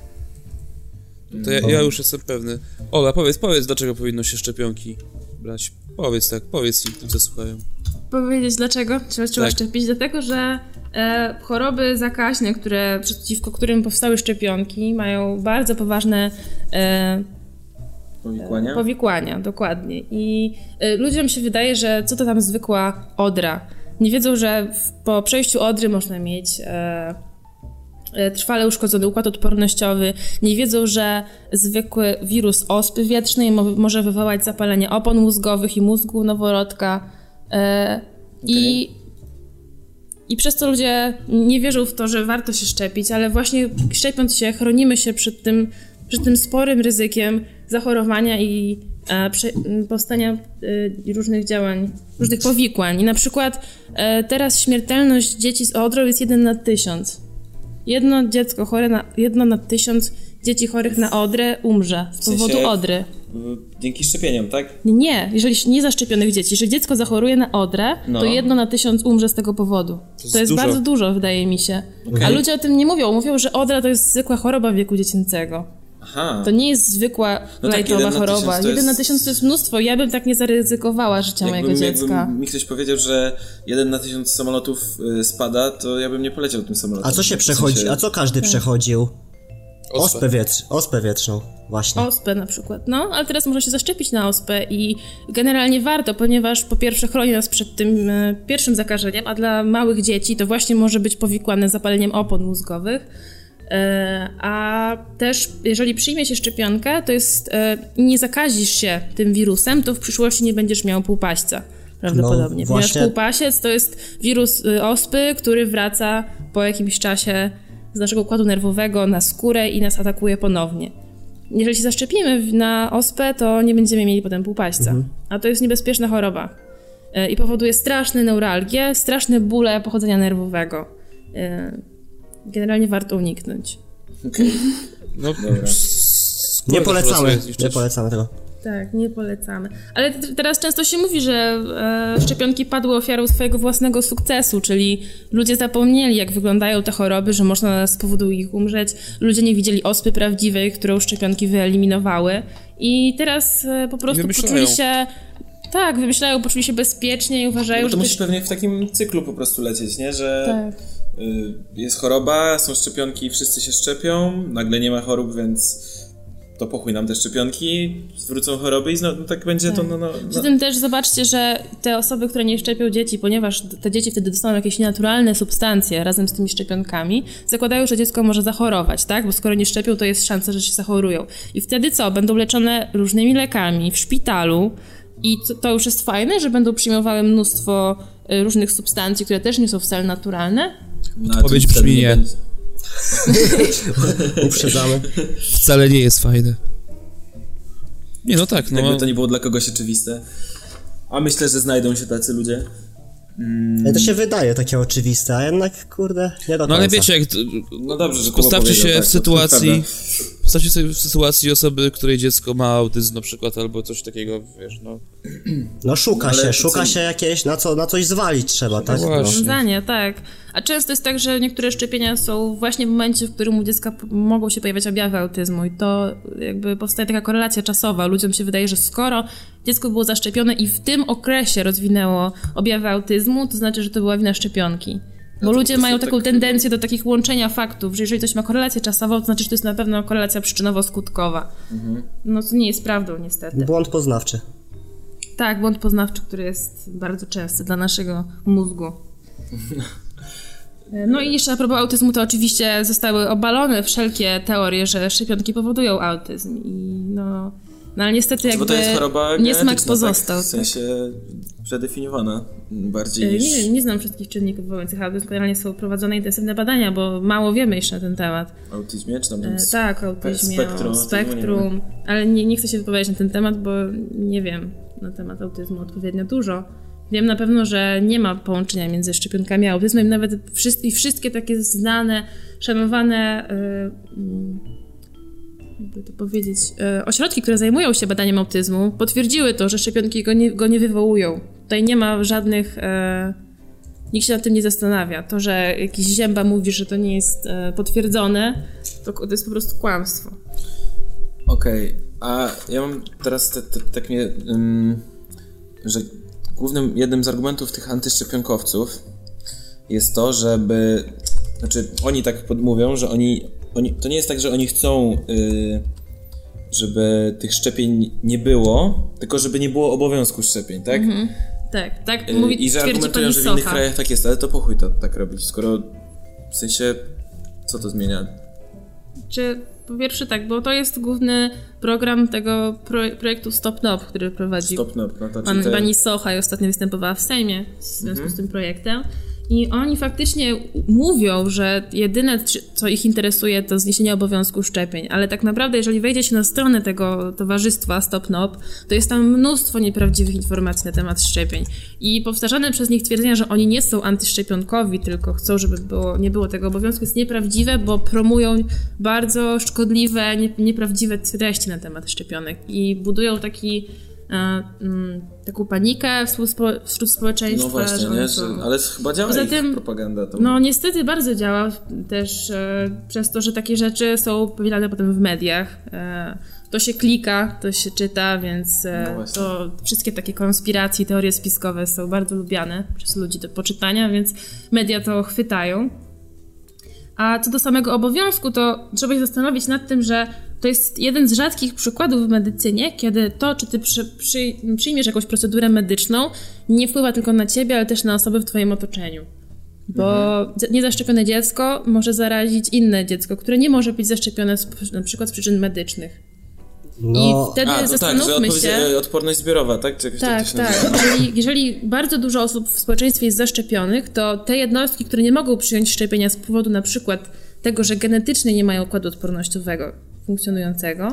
To ja, ja już jestem pewny. Ola, powiedz, powiedz, dlaczego powinno się szczepionki brać. Powiedz tak, powiedz im, tym co słuchają. Powiedzieć dlaczego trzeba, trzeba tak. szczepić? Dlatego, że E, choroby zakaźne, które, przeciwko którym powstały szczepionki, mają bardzo poważne e, powikłania? powikłania, dokładnie. I e, ludziom się wydaje, że co to tam zwykła odra. Nie wiedzą, że w, po przejściu odry można mieć e, e, trwale uszkodzony układ odpornościowy. Nie wiedzą, że zwykły wirus ospy wietrznej mo- może wywołać zapalenie opon mózgowych i mózgu noworodka. E, okay. I I przez to ludzie nie wierzą w to, że warto się szczepić, ale właśnie szczepiąc się chronimy się przed tym, przed tym sporym ryzykiem zachorowania i e, prze, powstania e, różnych działań, różnych powikłań. I na przykład e, teraz śmiertelność dzieci z odrą jest jeden na tysiąc. Jedno dziecko chore na, jedno na tysiąc dzieci chorych na odrę umrze z powodu w sensie, odry. Dzięki szczepieniom, tak? Nie, jeżeli nie zaszczepionych dzieci. Jeżeli dziecko zachoruje na odrę, no. to jedno na tysiąc umrze z tego powodu. To, to jest, jest bardzo dużo, wydaje mi się. Okay. A ludzie o tym nie mówią. Mówią, że odra to jest zwykła choroba wieku dziecięcego. Aha. To nie jest zwykła no lajtowa tak, choroba. Jeden jest... na tysiąc to jest mnóstwo. Ja bym tak nie zaryzykowała życia jakby, mojego dziecka. Jakby mi ktoś powiedział, że jeden na tysiąc samolotów spada, to ja bym nie poleciał tym samolotem. A co się przechodzi? W sensie... A co każdy tak. przechodził? Ospę, wietrz, ospę wietrzną, właśnie. Ospę na przykład, no, ale teraz można się zaszczepić na ospę i generalnie warto, ponieważ po pierwsze chroni nas przed tym e, pierwszym zakażeniem, a dla małych dzieci to właśnie może być powikłane zapaleniem opon mózgowych, e, a też jeżeli przyjmie się szczepionkę, to jest, e, nie zakazisz się tym wirusem, to w przyszłości nie będziesz miał półpaśćca. Prawdopodobnie, no, ponieważ półpasiec to jest wirus y, ospy, który wraca po jakimś czasie z naszego układu nerwowego na skórę i nas atakuje ponownie. Jeżeli się zaszczepimy na ospę, to nie będziemy mieli potem półpaśćca. Mhm. A to jest niebezpieczna choroba. Yy, I powoduje straszne neuralgie, straszne bóle pochodzenia nerwowego. Yy, generalnie warto uniknąć. Okej. Okay. No, nie polecamy, nie polecamy tego. Tak, nie polecamy. Ale t- teraz często się mówi, że e, szczepionki padły ofiarą swojego własnego sukcesu, czyli ludzie zapomnieli, jak wyglądają te choroby, że można z powodu ich umrzeć. Ludzie nie widzieli ospy prawdziwej, którą szczepionki wyeliminowały. I teraz e, po prostu poczuli się... Tak, wymyślają, poczuli się bezpiecznie i uważają, no to że... To musi pewnie w takim cyklu po prostu lecieć, nie? Że tak. y, jest choroba, są szczepionki, wszyscy się szczepią, nagle nie ma chorób, więc... to po chuj nam te szczepionki, zwrócą choroby i no, no tak będzie tak. to... No, no, no. Przy tym też zobaczcie, że te osoby, które nie szczepią dzieci, ponieważ te dzieci wtedy dostaną jakieś naturalne substancje razem z tymi szczepionkami, zakładają, że dziecko może zachorować, tak? Bo skoro nie szczepią, to jest szansa, że się zachorują. I wtedy co? Będą leczone różnymi lekami w szpitalu i to, to już jest fajne, że będą przyjmowały mnóstwo różnych substancji, które też nie są wcale naturalne. No, odpowiedź brzmi nie. Uprzedzamy. Wcale nie jest fajne. Nie, no tak, no. Jakby to nie było dla kogoś oczywiste. A myślę, że znajdą się tacy ludzie. Mm. To się wydaje takie oczywiste, a jednak, kurde, nie do końca. No ale wiecie, jak... No dobrze, że postawcie się tak, w sytuacji... Postawcie sobie w sytuacji osoby, której dziecko ma autyzm na przykład, albo coś takiego, wiesz, no... No szuka no, się, szuka co... się jakieś, na, co, na coś zwalić trzeba, tak? Rozwiązanie, tak. A często jest tak, że niektóre szczepienia są właśnie w momencie, w którym u dziecka mogą się pojawiać objawy autyzmu i to jakby powstaje taka korelacja czasowa. Ludziom się wydaje, że skoro dziecko było zaszczepione i w tym okresie rozwinęło objawy autyzmu, to znaczy, że to była wina szczepionki. Bo no ludzie mają taką tak... tendencję do takich łączenia faktów, że jeżeli coś ma korelację czasową, to znaczy, że to jest na pewno korelacja przyczynowo-skutkowa. Mhm. No to nie jest prawdą niestety. Błąd poznawczy. Tak, błąd poznawczy, który jest bardzo częsty dla naszego mózgu. No i jeszcze a propos autyzmu, to oczywiście zostały obalone wszelkie teorie, że szczepionki powodują autyzm i no... No ale niestety jakby to jest choroba niesmak pozostał. Tak? W sensie przedefiniowana bardziej niż... Nie, nie znam wszystkich czynników wywołujących autyzm, generalnie są prowadzone intensywne badania, bo mało wiemy jeszcze na ten temat. O autyzmie czy tam... E, tak, o autyzmie, spektrum, o spektrum, nie ale nie, nie chcę się wypowiadać na ten temat, bo nie wiem na temat autyzmu odpowiednio dużo. Wiem na pewno, że nie ma połączenia między szczepionkami a autyzmem, nawet wszystkie, wszystkie takie znane, szanowane... Yy, jakby to powiedzieć, e, ośrodki, które zajmują się badaniem autyzmu, potwierdziły to, że szczepionki go nie, go nie wywołują. Tutaj nie ma żadnych... E, nikt się nad tym nie zastanawia. To, że jakiś zięba mówi, że to nie jest e, potwierdzone, to, to jest po prostu kłamstwo. Okej, okay. A ja mam teraz te, te, tak mnie... Um, że głównym, jednym z argumentów tych antyszczepionkowców jest to, żeby... Znaczy, oni tak mówią, że oni... oni to nie jest tak, że oni chcą, yy, żeby tych szczepień nie było, tylko żeby nie było obowiązku szczepień, tak? Mhm. Tak, tak mówi, yy, I że argumentują, że w innych krajach tak jest, ale to po chuj to tak robić, skoro w sensie... Co to zmienia? Czy po pierwsze tak, bo to jest główny program tego pro, projektu Stop N O P, który prowadzi Stop N O P, no to pan, te... pani Socha i ostatnio występowała w Sejmie w związku Mhm. z tym projektem. I oni faktycznie mówią, że jedyne, co ich interesuje, to zniesienie obowiązku szczepień, ale tak naprawdę, jeżeli wejdzie się na stronę tego towarzystwa Stop N O P, to jest tam mnóstwo nieprawdziwych informacji na temat szczepień. I powtarzane przez nich twierdzenia, że oni nie są antyszczepionkowi, tylko chcą, żeby było, nie było tego obowiązku, jest nieprawdziwe, bo promują bardzo szkodliwe, nie, nieprawdziwe treści na temat szczepionek i budują taki taką panikę wśród społeczeństwa. No właśnie, że nie? są... Że, ale chyba działa Poza ich tym, propaganda. To... No niestety bardzo działa też e, przez to, że takie rzeczy są powielane potem w mediach. E, to się klika, to się czyta, więc e, No to wszystkie takie konspiracje, teorie spiskowe są bardzo lubiane przez ludzi do poczytania, więc media to chwytają. A co do samego obowiązku, to trzeba się zastanowić nad tym, że to jest jeden z rzadkich przykładów w medycynie, kiedy to, czy ty przy, przy, przyjmiesz jakąś procedurę medyczną, nie wpływa tylko na ciebie, ale też na osoby w twoim otoczeniu. Bo mhm. niezaszczepione dziecko może zarazić inne dziecko, które nie może być zaszczepione z, na przykład z przyczyn medycznych. No. I wtedy A, to zastanówmy tak, że się... odporność zbiorowa, tak? Czy tak, to się tak. Jeżeli, jeżeli bardzo dużo osób w społeczeństwie jest zaszczepionych, to te jednostki, które nie mogą przyjąć szczepienia z powodu na przykład tego, że genetycznie nie mają układu odpornościowego funkcjonującego,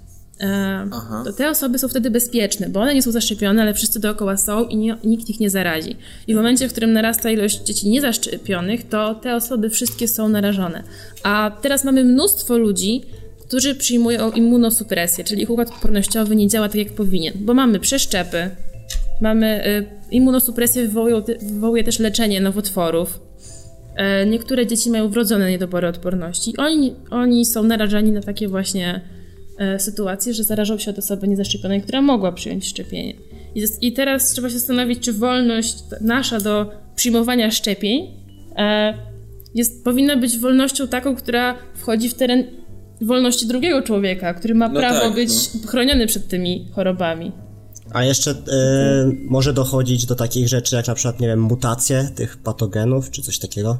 e, to te osoby są wtedy bezpieczne, bo one nie są zaszczepione, ale wszyscy dookoła są i nie, nikt ich nie zarazi. I w momencie, w którym narasta ilość dzieci niezaszczepionych, to te osoby wszystkie są narażone. A teraz mamy mnóstwo ludzi, którzy przyjmują immunosupresję, czyli ich układ odpornościowy nie działa tak, jak powinien, bo mamy przeszczepy, mamy y, immunosupresję wywołują, wywołuje też leczenie nowotworów. Y, niektóre dzieci mają wrodzone niedobory odporności. Oni, oni są narażeni na takie właśnie y, sytuacje, że zarażą się od osoby niezaszczepionej, która mogła przyjąć szczepienie. I, I teraz trzeba się zastanowić, czy wolność nasza do przyjmowania szczepień y, jest, powinna być wolnością taką, która wchodzi w teren wolności drugiego człowieka, który ma no prawo tak, być no. chroniony przed tymi chorobami. A jeszcze y, może dochodzić do takich rzeczy, jak na przykład, nie wiem, mutacje tych patogenów, czy coś takiego?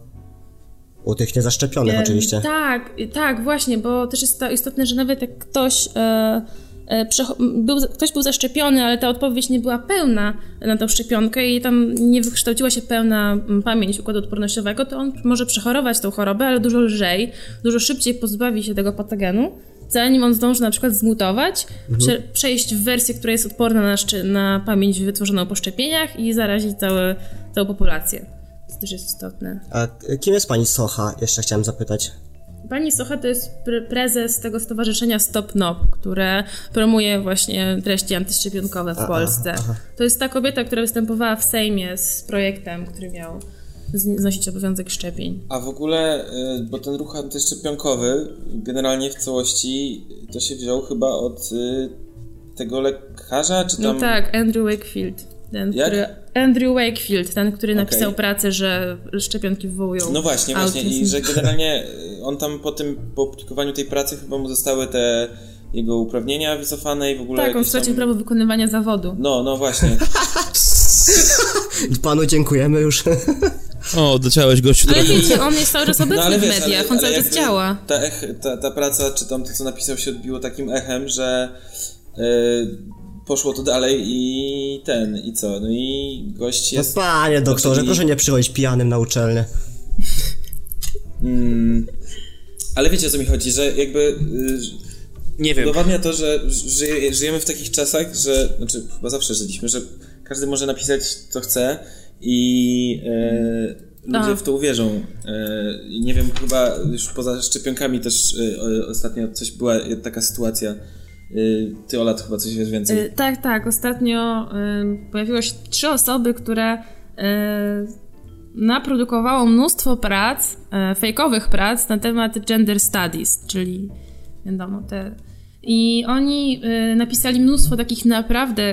U tych niezaszczepionych e, oczywiście. Tak, tak, właśnie, bo też jest to istotne, że nawet jak ktoś, e, e, był, ktoś był zaszczepiony, ale ta odpowiedź nie była pełna na tą szczepionkę i tam nie wykształciła się pełna pamięć układu odpornościowego, to on może przechorować tą chorobę, ale dużo lżej, dużo szybciej pozbawi się tego patogenu, zanim on zdąży na przykład zmutować, mhm. prze, przejść w wersję, która jest odporna na, na pamięć wytworzoną po szczepieniach i zarazić całe, całą populację. To też jest istotne. A kim jest pani Socha? Jeszcze chciałem zapytać. Pani Socha to jest pre- prezes tego stowarzyszenia Stop N O P, które promuje właśnie treści antyszczepionkowe w aha, Polsce. Aha. To jest ta kobieta, która występowała w Sejmie z projektem, który miał znosić obowiązek szczepień. A w ogóle, bo ten ruch antyszczepionkowy generalnie w całości to się wziął chyba od tego lekarza, czy tam... No tak, Andrew Wakefield. Ten, który, Andrew Wakefield, ten, który okay. napisał pracę, że szczepionki wywołują No właśnie, autyzm. właśnie i że generalnie on tam po tym, po opublikowaniu tej pracy chyba mu zostały te jego uprawnienia wycofane i w ogóle... Tak, on stracił tam... prawo wykonywania zawodu. No, no właśnie. Panu dziękujemy już. O, doleciałeś gościu. Ale wiecie, on jest cały czas obecny no, ale wiesz, w mediach, ale, on cały czas działa. Ta, ech, ta, ta praca, czy tam to, co napisał, się odbiło takim echem, że yy, poszło to dalej i ten, i co? No i gość jest... No panie doktorze, i... proszę nie przychodzić pijanym na uczelnię. Mm, ale wiecie, o co mi chodzi, że jakby... Yy, Nie wiem. Udowadnia to, że żyje, żyjemy w takich czasach, że, znaczy chyba zawsze żyliśmy, że każdy może napisać co chce i e, ludzie A. w to uwierzą. E, I nie wiem, chyba już poza szczepionkami też e, ostatnio coś była taka sytuacja. E, ty, Ola, chyba coś wiesz więcej. E, tak, tak. Ostatnio e, pojawiło się trzy osoby, które e, naprodukowało mnóstwo prac, e, fejkowych prac na temat gender studies, czyli wiadomo, te... I oni y, napisali mnóstwo takich naprawdę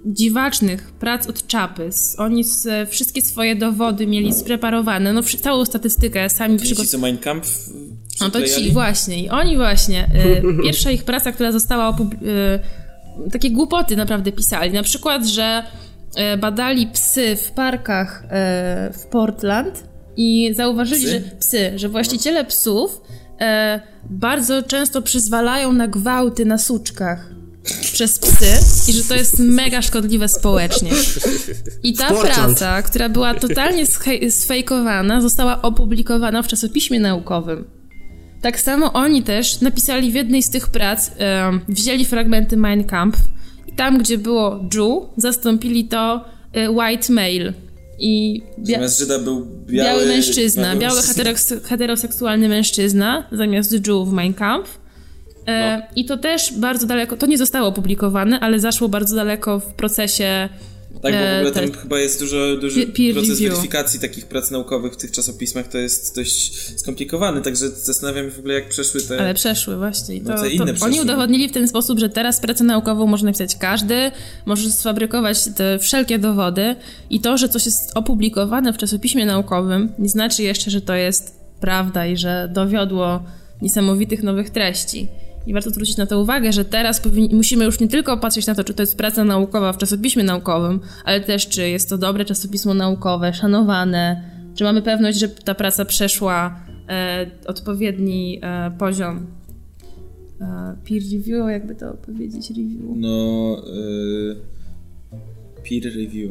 dziwacznych prac od czapy. Oni z, wszystkie swoje dowody mieli spreparowane, no całą statystykę sami przygotowali. Ci, co Mein Kampf No to ci właśnie. I oni właśnie. Y, pierwsza ich praca, która została opubli- y, takie głupoty naprawdę pisali. Na przykład, że y, badali psy w parkach y, w Portland i zauważyli, psy? że psy, że właściciele psów y, bardzo często przyzwalają na gwałty na suczkach przez psy i że to jest mega szkodliwe społecznie. I ta praca, która była totalnie sche- sfejkowana, została opublikowana w czasopiśmie naukowym. Tak samo oni też napisali w jednej z tych prac, um, wzięli fragmenty Mein Kampf i tam, gdzie było Jew, zastąpili to y, white male. I bia- zamiast Żyda był biały, biały mężczyzna, biały, biały heteros- heteroseksualny mężczyzna zamiast Jew w Mein Kampf. E, no. I to też bardzo daleko, to nie zostało opublikowane, ale zaszło bardzo daleko w procesie. Tak, bo w ogóle tam te, chyba jest dużo, duży peer proces review. weryfikacji takich prac naukowych w tych czasopismach, to jest dość skomplikowany, także zastanawiam się w ogóle, jak przeszły te... Ale przeszły właśnie. I to, no te to inne oni przeszły. udowodnili w ten sposób, że teraz pracę naukową może napisać każdy, może sfabrykować te wszelkie dowody i to, że coś jest opublikowane w czasopiśmie naukowym, nie znaczy jeszcze, że to jest prawda i że dowiodło niesamowitych nowych treści. I warto zwrócić na to uwagę, że teraz powinni, musimy już nie tylko patrzeć na to, czy to jest praca naukowa w czasopiśmie naukowym, ale też, czy jest to dobre czasopismo naukowe, szanowane, czy mamy pewność, że ta praca przeszła e, odpowiedni e, poziom e, peer review, jakby to powiedzieć, review. No... Y... peer review.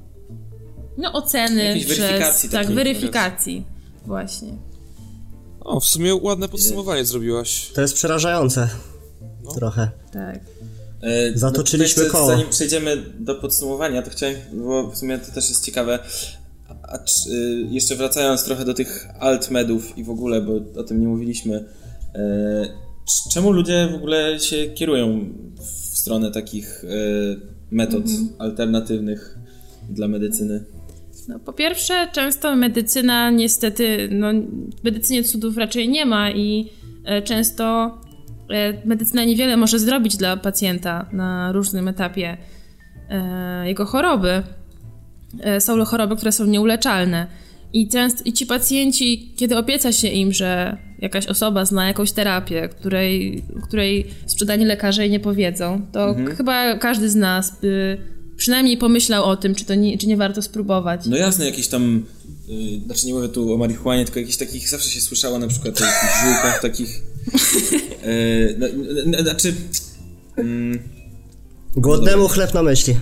No oceny Jakiejś przez... weryfikacji. Tak, takiej. weryfikacji. Właśnie. O, w sumie ładne podsumowanie zrobiłaś. To jest przerażające. No. Trochę. Tak. E, Zatoczyliśmy no, koło. Zanim przejdziemy do podsumowania, to chciałem, bo w sumie to też jest ciekawe, a czy, y, jeszcze wracając trochę do tych alt-medów i w ogóle, bo o tym nie mówiliśmy, y, czemu ludzie w ogóle się kierują w stronę takich y, metod mm-hmm. alternatywnych dla medycyny? No, po pierwsze, często medycyna niestety, no w medycynie cudów raczej nie ma i e, często e, medycyna niewiele może zrobić dla pacjenta na różnym etapie e, jego choroby. E, są choroby, które są nieuleczalne i, często, i ci pacjenci, kiedy obieca się im, że jakaś osoba zna jakąś terapię, której, której sprzedani lekarze jej nie powiedzą, to mhm. chyba każdy z nas by przynajmniej pomyślał o tym, czy to nie, czy nie warto spróbować. No jasne, jakieś tam, yy, znaczy nie mówię tu o marihuanie, tylko jakichś takich, zawsze się słyszało na przykład o jakichś ziółkach takich, yy, no, no, znaczy... Yy, Głodnemu chleb na myśli.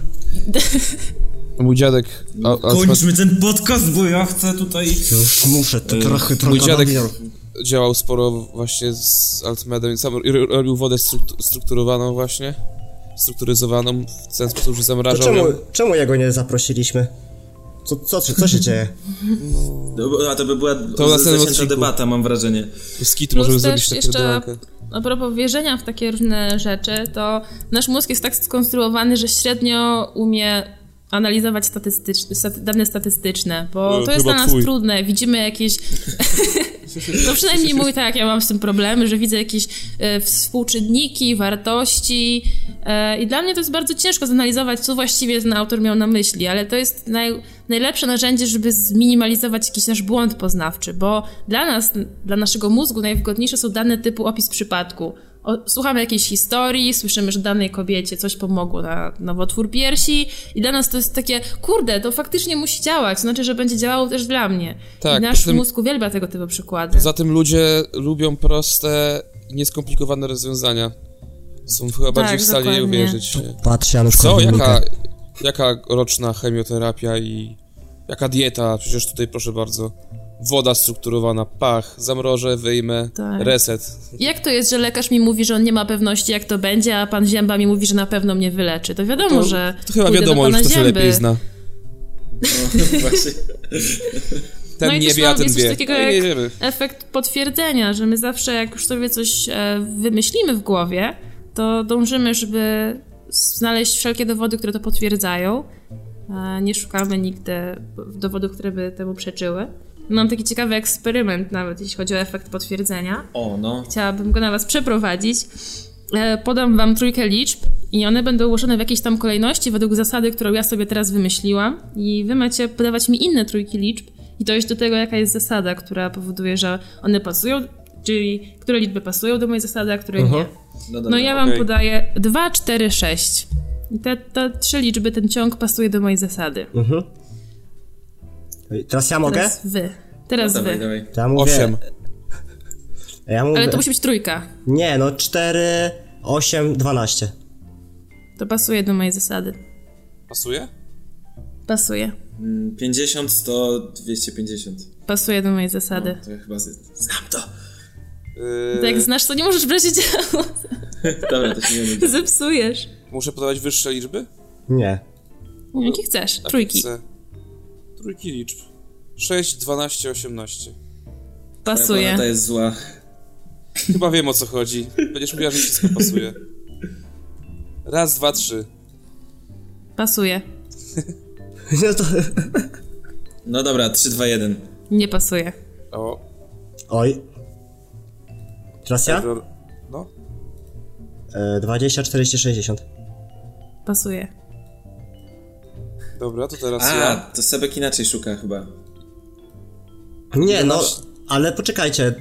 Mój dziadek... A, a Kończmy ten podcast, bo ja chcę tutaj... Już muszę, to trochę, trochę... Mój dziadek działał sporo właśnie z altmedem, sam robił wodę strukturowaną właśnie. Strukturyzowaną w ten sposób, że zamrażał czemu, ją. czemu jego nie zaprosiliśmy? Co, co, co się dzieje? No, a to by była to zacięta debata, mam wrażenie. Skit możemy zrobić takie jeszcze a propos wierzenia w takie różne rzeczy, to nasz mózg jest tak skonstruowany, że średnio umie analizować statystycz, staty, dane statystyczne, bo no, to jest dla nas twój. trudne. Widzimy jakieś... No przynajmniej mój, tak, ja mam z tym problemy, że widzę jakieś e, współczynniki, wartości e, i dla mnie to jest bardzo ciężko zanalizować, co właściwie ten autor miał na myśli, ale to jest naj, najlepsze narzędzie, żeby zminimalizować jakiś nasz błąd poznawczy, bo dla nas, dla naszego mózgu najwygodniejsze są dane typu opis przypadku. O, słuchamy jakiejś historii, słyszymy, że danej kobiecie coś pomogło na nowotwór piersi i dla nas to jest takie, kurde, to faktycznie musi działać, to znaczy, że będzie działało też dla mnie. Tak, i nasz tym, mózg uwielbia tego typu przykłady. Poza tym ludzie lubią proste, nieskomplikowane rozwiązania. Są chyba tak, bardziej w stanie je uwierzyć. Patrz, Janusz, co, jaka, jaka roczna chemioterapia i jaka dieta, przecież tutaj proszę bardzo. Woda strukturowana, pach, zamrożę, wyjmę, tak. Reset. Jak to jest, że lekarz mi mówi, że on nie ma pewności, jak to będzie, a pan Zięba mi mówi, że na pewno mnie wyleczy? To wiadomo, to, że to chyba wiadomo, już to się lepiej zna. No, właśnie. Ten no nie wie, a ten jest wie. coś takiego no jak nie efekt potwierdzenia, że my zawsze, jak już sobie coś wymyślimy w głowie, to dążymy, żeby znaleźć wszelkie dowody, które to potwierdzają. Nie szukamy nigdy dowodów, które by temu przeczyły. Mam taki ciekawy eksperyment nawet, jeśli chodzi o efekt potwierdzenia. O, no. Chciałabym go na was przeprowadzić. Podam wam trójkę liczb I one będą ułożone w jakiejś tam kolejności według zasady, którą ja sobie teraz wymyśliłam. I wy macie podawać mi inne trójki liczb i dojść do tego, jaka jest zasada, która powoduje, że one pasują, czyli które liczby pasują do mojej zasady, a które uh-huh. nie. No, dobra, no ja wam okay. podaję dwa, cztery, sześć. I te, te trzy liczby, ten ciąg pasuje do mojej zasady. Mhm. Teraz ja mogę? Teraz wy. Teraz no, wy. dawaj, dawaj. Ja mówię... Osiem. Ja mówię... Ale to musi być trójka. Nie, no cztery, osiem, dwanaście. To pasuje do mojej zasady. Pasuje? Pasuje. pięćdziesiąt, sto, dwieście pięćdziesiąt. Pasuje do mojej zasady. No, to ja chyba z... znam to. Yy... Tak jak znasz, to nie możesz brać udziału. Dobra, to się nie będzie. Zepsujesz. Muszę podawać wyższe liczby? Nie. Jakie chcesz? Trójki. Chcę. Trójki liczb. sześć, dwanaście, osiemnaście. Pasuje. Ta jest zła. Chyba wiem, o co chodzi. Będziesz mówiła, że wszystko pasuje. Raz, dwa, trzy. Pasuje. No to... No dobra, trzy, dwa, jeden. Nie pasuje. O. Oj. Teraz ja? Error. No. E, dwadzieścia, czterdzieści, sześćdziesiąt. Pasuje. Dobra, to teraz A, ja. to Sebek inaczej szuka chyba. Nie, no, ale poczekajcie.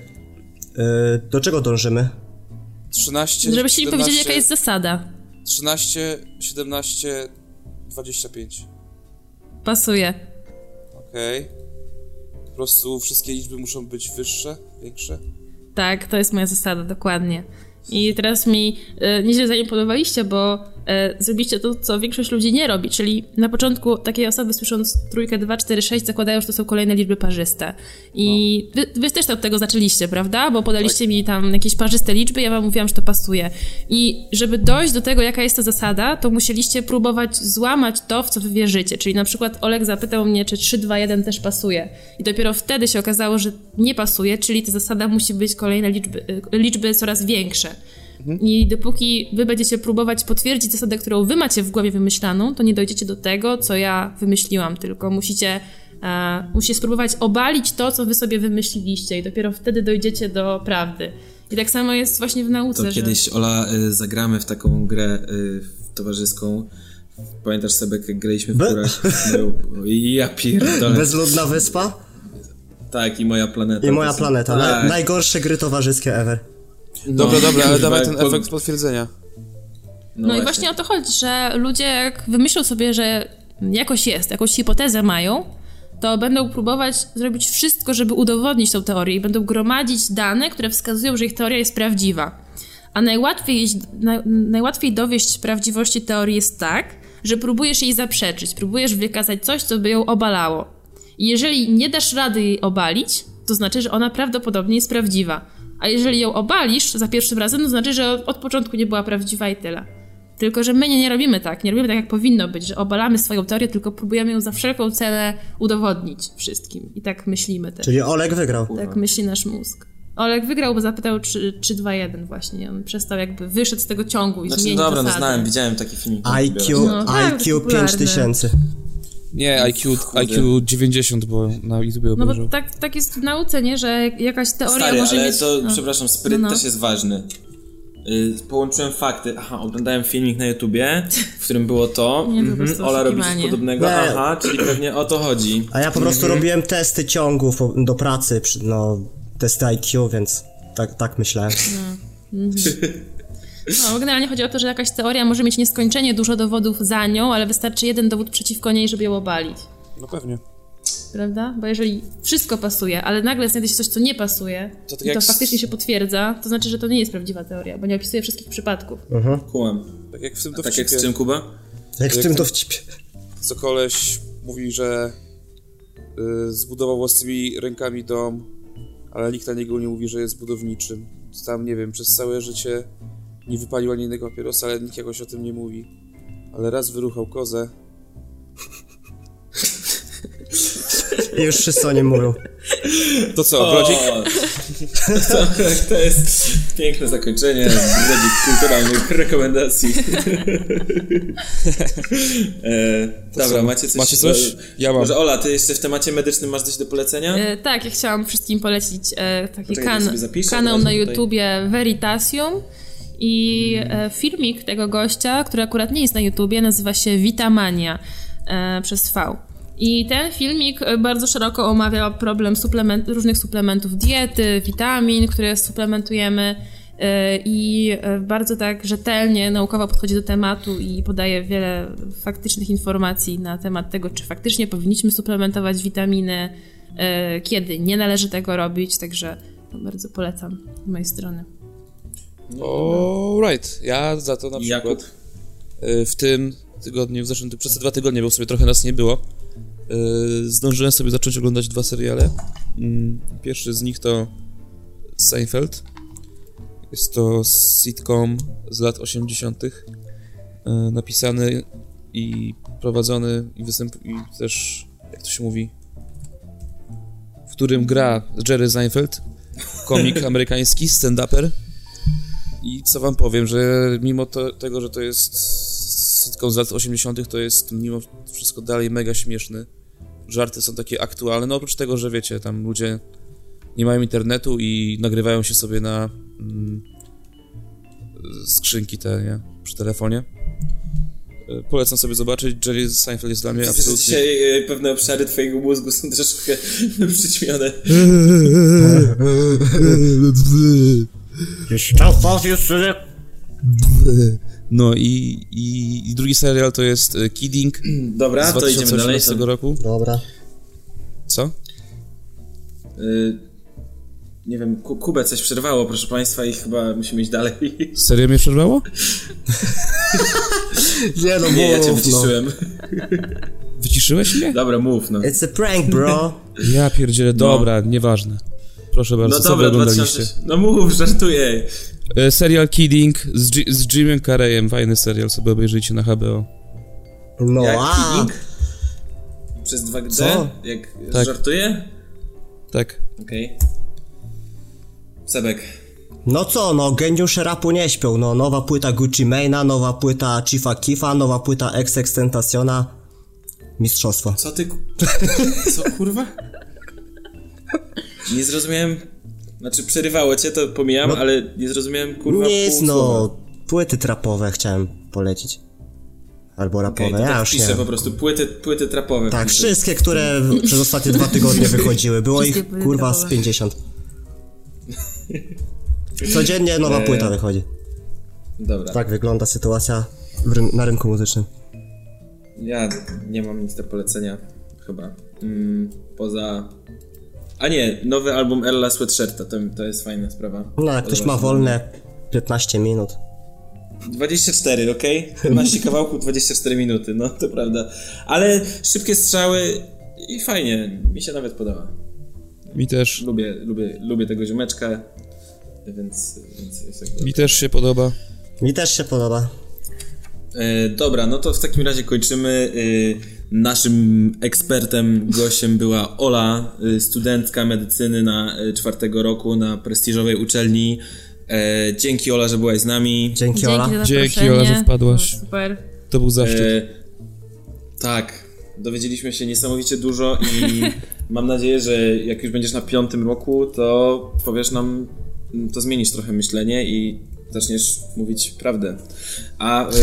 E, do czego dążymy? trzynaście, Żebyście mi siedemnaście, powiedzieli, jaka jest zasada. trzynaście, siedemnaście, dwadzieścia pięć. Pasuje. Okej. Okay. Po prostu wszystkie liczby muszą być wyższe, większe? Tak, to jest moja zasada, dokładnie. I teraz mi e, nieźle zaimponowaliście, bo e, zrobiliście to, co większość ludzi nie robi, czyli na początku takie osoby słysząc trójkę, dwa, cztery, sześć zakładają, że to są kolejne liczby parzyste. I no. wy, wy też od tego zaczęliście, prawda? Bo podaliście tak. mi tam jakieś parzyste liczby, ja wam mówiłam, że to pasuje. I żeby dojść do tego, jaka jest ta zasada, to musieliście próbować złamać to, w co wy wierzycie. Czyli na przykład Olek zapytał mnie, czy trzy, dwa, jeden też pasuje. I dopiero wtedy się okazało, że nie pasuje, czyli ta zasada musi być kolejne liczby, liczby coraz większe. Mhm. I dopóki wy będziecie próbować potwierdzić zasadę, którą wy macie w głowie wymyślaną, to nie dojdziecie do tego, co ja wymyśliłam, tylko musicie, e, musicie spróbować obalić to, co wy sobie wymyśliliście i dopiero wtedy dojdziecie do prawdy. I tak samo jest właśnie w nauce, To że... kiedyś, Ola, y, zagramy w taką grę y, towarzyską. Pamiętasz, Sebek, jak graliśmy w Kuraś? Ja pierdolę. Bezludna wyspa? Tak, i moja planeta. I moja planeta. Tak. Na, najgorsze gry towarzyskie ever. Dobra, no, dobra, ale dawaj ten po... efekt potwierdzenia. No, no i właśnie o to chodzi, że ludzie jak wymyślą sobie, że jakoś jest, jakąś hipotezę mają, to będą próbować zrobić wszystko, żeby udowodnić tą teorię i będą gromadzić dane, które wskazują, że ich teoria jest prawdziwa. A najłatwiej, na, najłatwiej dowieść prawdziwości teorii jest tak, że próbujesz jej zaprzeczyć, próbujesz wykazać coś, co by ją obalało. I jeżeli nie dasz rady jej obalić, to znaczy, że ona prawdopodobnie jest prawdziwa. A jeżeli ją obalisz za pierwszym razem, to znaczy, że od, od początku nie była prawdziwa i tyle. Tylko, że my nie, nie robimy tak, nie robimy tak, jak powinno być, że obalamy swoją teorię, tylko próbujemy ją za wszelką cenę udowodnić wszystkim. I tak myślimy też. Czyli Olek wygrał. Tak myśli nasz mózg. Olek wygrał, bo zapytał trzy, dwa, jeden właśnie. On przestał jakby, wyszedł z tego ciągu i znaczy, zmienił dobra, zasady. no znałem, widziałem taki filmik. I Q, no, tak, I Q pięć tysięcy. Nie, I Q, I Q dziewięćdziesiąt, bo na YouTube No obejrzał. bo tak, tak jest w nauce, nie? Że jakaś teoria Stary, może ale mieć... to, no. przepraszam, spryt no, no. też jest ważny. Yy, połączyłem fakty. Aha, oglądałem filmik na YouTubie, w którym było to. Nie, to po mhm, prostu Ola robi coś oszukiwanie. podobnego. Nie. Aha, czyli pewnie o to chodzi. A ja po prostu Mhm. robiłem testy ciągów do pracy, przy- no testy I Q, więc tak, tak myślałem. No, generalnie chodzi o to, że jakaś teoria może mieć nieskończenie dużo dowodów za nią, ale wystarczy jeden dowód przeciwko niej, żeby ją obalić. No pewnie. Prawda? Bo jeżeli wszystko pasuje, ale nagle znajdzie się coś, co nie pasuje, To tak i to jak faktycznie się potwierdza, to znaczy, że to nie jest prawdziwa teoria, bo nie opisuje wszystkich przypadków. Kułam. Tak jak w tym A tak dowcipie, jak z czym, Kuba? Jak w Jak tym to- dowcipie. co koleś mówi, że y, zbudował własnymi rękami dom, ale nikt na niego nie mówi, że jest budowniczym. Tam, nie wiem, przez całe życie nie wypalił ani jednego papierosa, ale nikt jakoś o tym nie mówi. Ale raz wyruchał kozę. I już wszyscy o nim mówią. To co, Brodzik? O, to, to jest piękne zakończenie Brodzik kulturalnych rekomendacji. e, dobra, co? macie coś? Macie coś? Ja mam. Może Ola, ty jeszcze w temacie medycznym masz coś do polecenia? E, tak, ja chciałam wszystkim polecić e, taki Poczekaj, kan- ja sobie zapiszę, kanał od na razu tutaj. YouTubie Veritasium I e, filmik tego gościa, który akurat nie jest na YouTubie, nazywa się Vitamania e, przez V. I ten filmik bardzo szeroko omawia problem suplement, różnych suplementów diety, witamin, które suplementujemy yy, i yy, bardzo tak rzetelnie, naukowo podchodzi do tematu i podaje wiele faktycznych informacji na temat tego, czy faktycznie powinniśmy suplementować witaminy, yy, kiedy nie należy tego robić, także bardzo polecam z mojej strony. Alright, ja za to na przykład Jakub? yy, w tym tygodniu, w zeszłym, przez te dwa tygodnie, bo sobie trochę nas nie było, Yy, zdążyłem sobie zacząć oglądać dwa seriale. Yy, pierwszy z nich to Seinfeld. Jest to sitcom z lat osiemdziesiątych. Yy, napisany i prowadzony i występ i też, jak to się mówi, w którym gra Jerry Seinfeld, komik amerykański, stand-uper. I co wam powiem, że mimo to, tego, że to jest sitcom z lat osiemdziesiątych, to jest mimo wszystko dalej mega śmieszny. Żarty są takie aktualne, no oprócz tego, że wiecie, tam ludzie nie mają internetu i nagrywają się sobie na mm, skrzynki te, nie? Przy telefonie. E, polecam sobie zobaczyć. Jerry Seinfeld jest dla mnie Widzę, absolutnie... że dzisiaj e, pewne obszary twojego mózgu są troszkę przyćmione. No i, i, i drugi serial to jest Kidding Dobra, z to idziemy dalej. dwa tysiące osiemnastego roku. Dobra. Co? Y, nie wiem, Ku- Kubę coś przerwało, proszę państwa, i chyba musimy iść dalej. Serio mnie przerwało? Nie no, Nie, ja cię mów, no. wyciszyłem. Wyciszyłeś mnie? Dobra, mów, no. It's a prank, bro. Ja pierdzielę, dobra, nieważne. Proszę bardzo, No co dobra, wy oglądaliście? dwa tysiące... No mów, żartuję. E, serial Kidding z, G- z Jimem Carreyem, fajny serial, sobie obejrzyjcie na H B O. No, Jak a. Kidding? Przez dwa D? Co? Jak Tak. żartuję? Tak. Okej. Okay. Sebek. No co, no, geniusze rapu nie śpią, no, nowa płyta Gucci Mane'a, nowa płyta Chiefa Keefa, nowa płyta Ex Extentaciona. Mistrzostwo. Co ty... ku- Co, kurwa? Nie zrozumiałem... Znaczy, przerywało cię, to pomijam, No, ale nie zrozumiałem, kurwa, Nic, pół słowa. no, płyty trapowe chciałem polecić. Albo rapowe, Okej, to ja tak już piszę nie po prostu, płyty, płyty trapowe. Tak, piszę. wszystkie, które w- przez ostatnie dwa tygodnie wychodziły. Było Wszystkie ich, płyty kurwa, z trapowe. pięćdziesiąt. Codziennie nowa Eee. płyta wychodzi. Dobra. Tak wygląda sytuacja w ryn- na rynku muzycznym. Ja nie mam nic do polecenia, chyba. Mm, poza... A nie, nowy album Ella Sweatshirta, to, to jest fajna sprawa. No, jak ktoś Podoba ma się. wolne piętnaście minut. dwadzieścia cztery, okej? Okay? piętnaście kawałków, dwadzieścia cztery minuty, no to prawda. Ale szybkie strzały i fajnie, mi się nawet podoba. Mi też. Lubię, lubię, lubię tego ziomeczka, więc, więc jest jakby... Mi też się podoba. Mi też się podoba. E, dobra, no to w takim razie kończymy. E, naszym ekspertem, gościem była Ola, e, studentka medycyny na e, czwartego roku na prestiżowej uczelni. E, dzięki, Ola, że byłaś z nami. Dzięki, Ola. Dzięki za Dzięki, zaproszenie. Ola, że wpadłaś. No, super. To był zaszczyt. E, tak, dowiedzieliśmy się niesamowicie dużo i mam nadzieję, że jak już będziesz na piątym roku, to powiesz nam, to zmienisz trochę myślenie i zaczniesz mówić prawdę. A... E,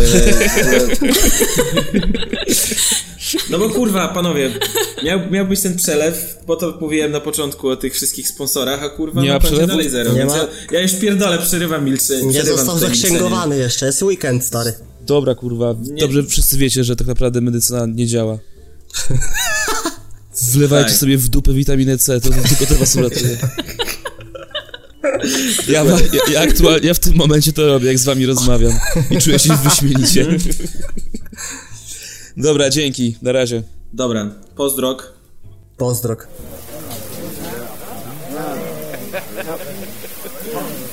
no bo kurwa, panowie, miał, miał być ten przelew, bo to mówiłem na początku o tych wszystkich sponsorach, a kurwa Nie no ma będzie przelewu? dalej zero. Nie Więc ma? ja, ja już pierdolę, przerywam milczenie. Nie przerywam został tutaj zaksięgowany jeszcze, jest weekend, stary. Dobra, kurwa. Nie. Dobrze wszyscy wiecie, że tak naprawdę medycyna nie działa. Wlewajcie Tak. sobie w dupę witaminę C, to tylko to was uratuje. Ja, ja, ja aktualnie, ja w tym momencie to robię, jak z wami rozmawiam i czuję się wyśmienicie. Dobra, dzięki, na razie. Dobra, pozdrok. Pozdrok.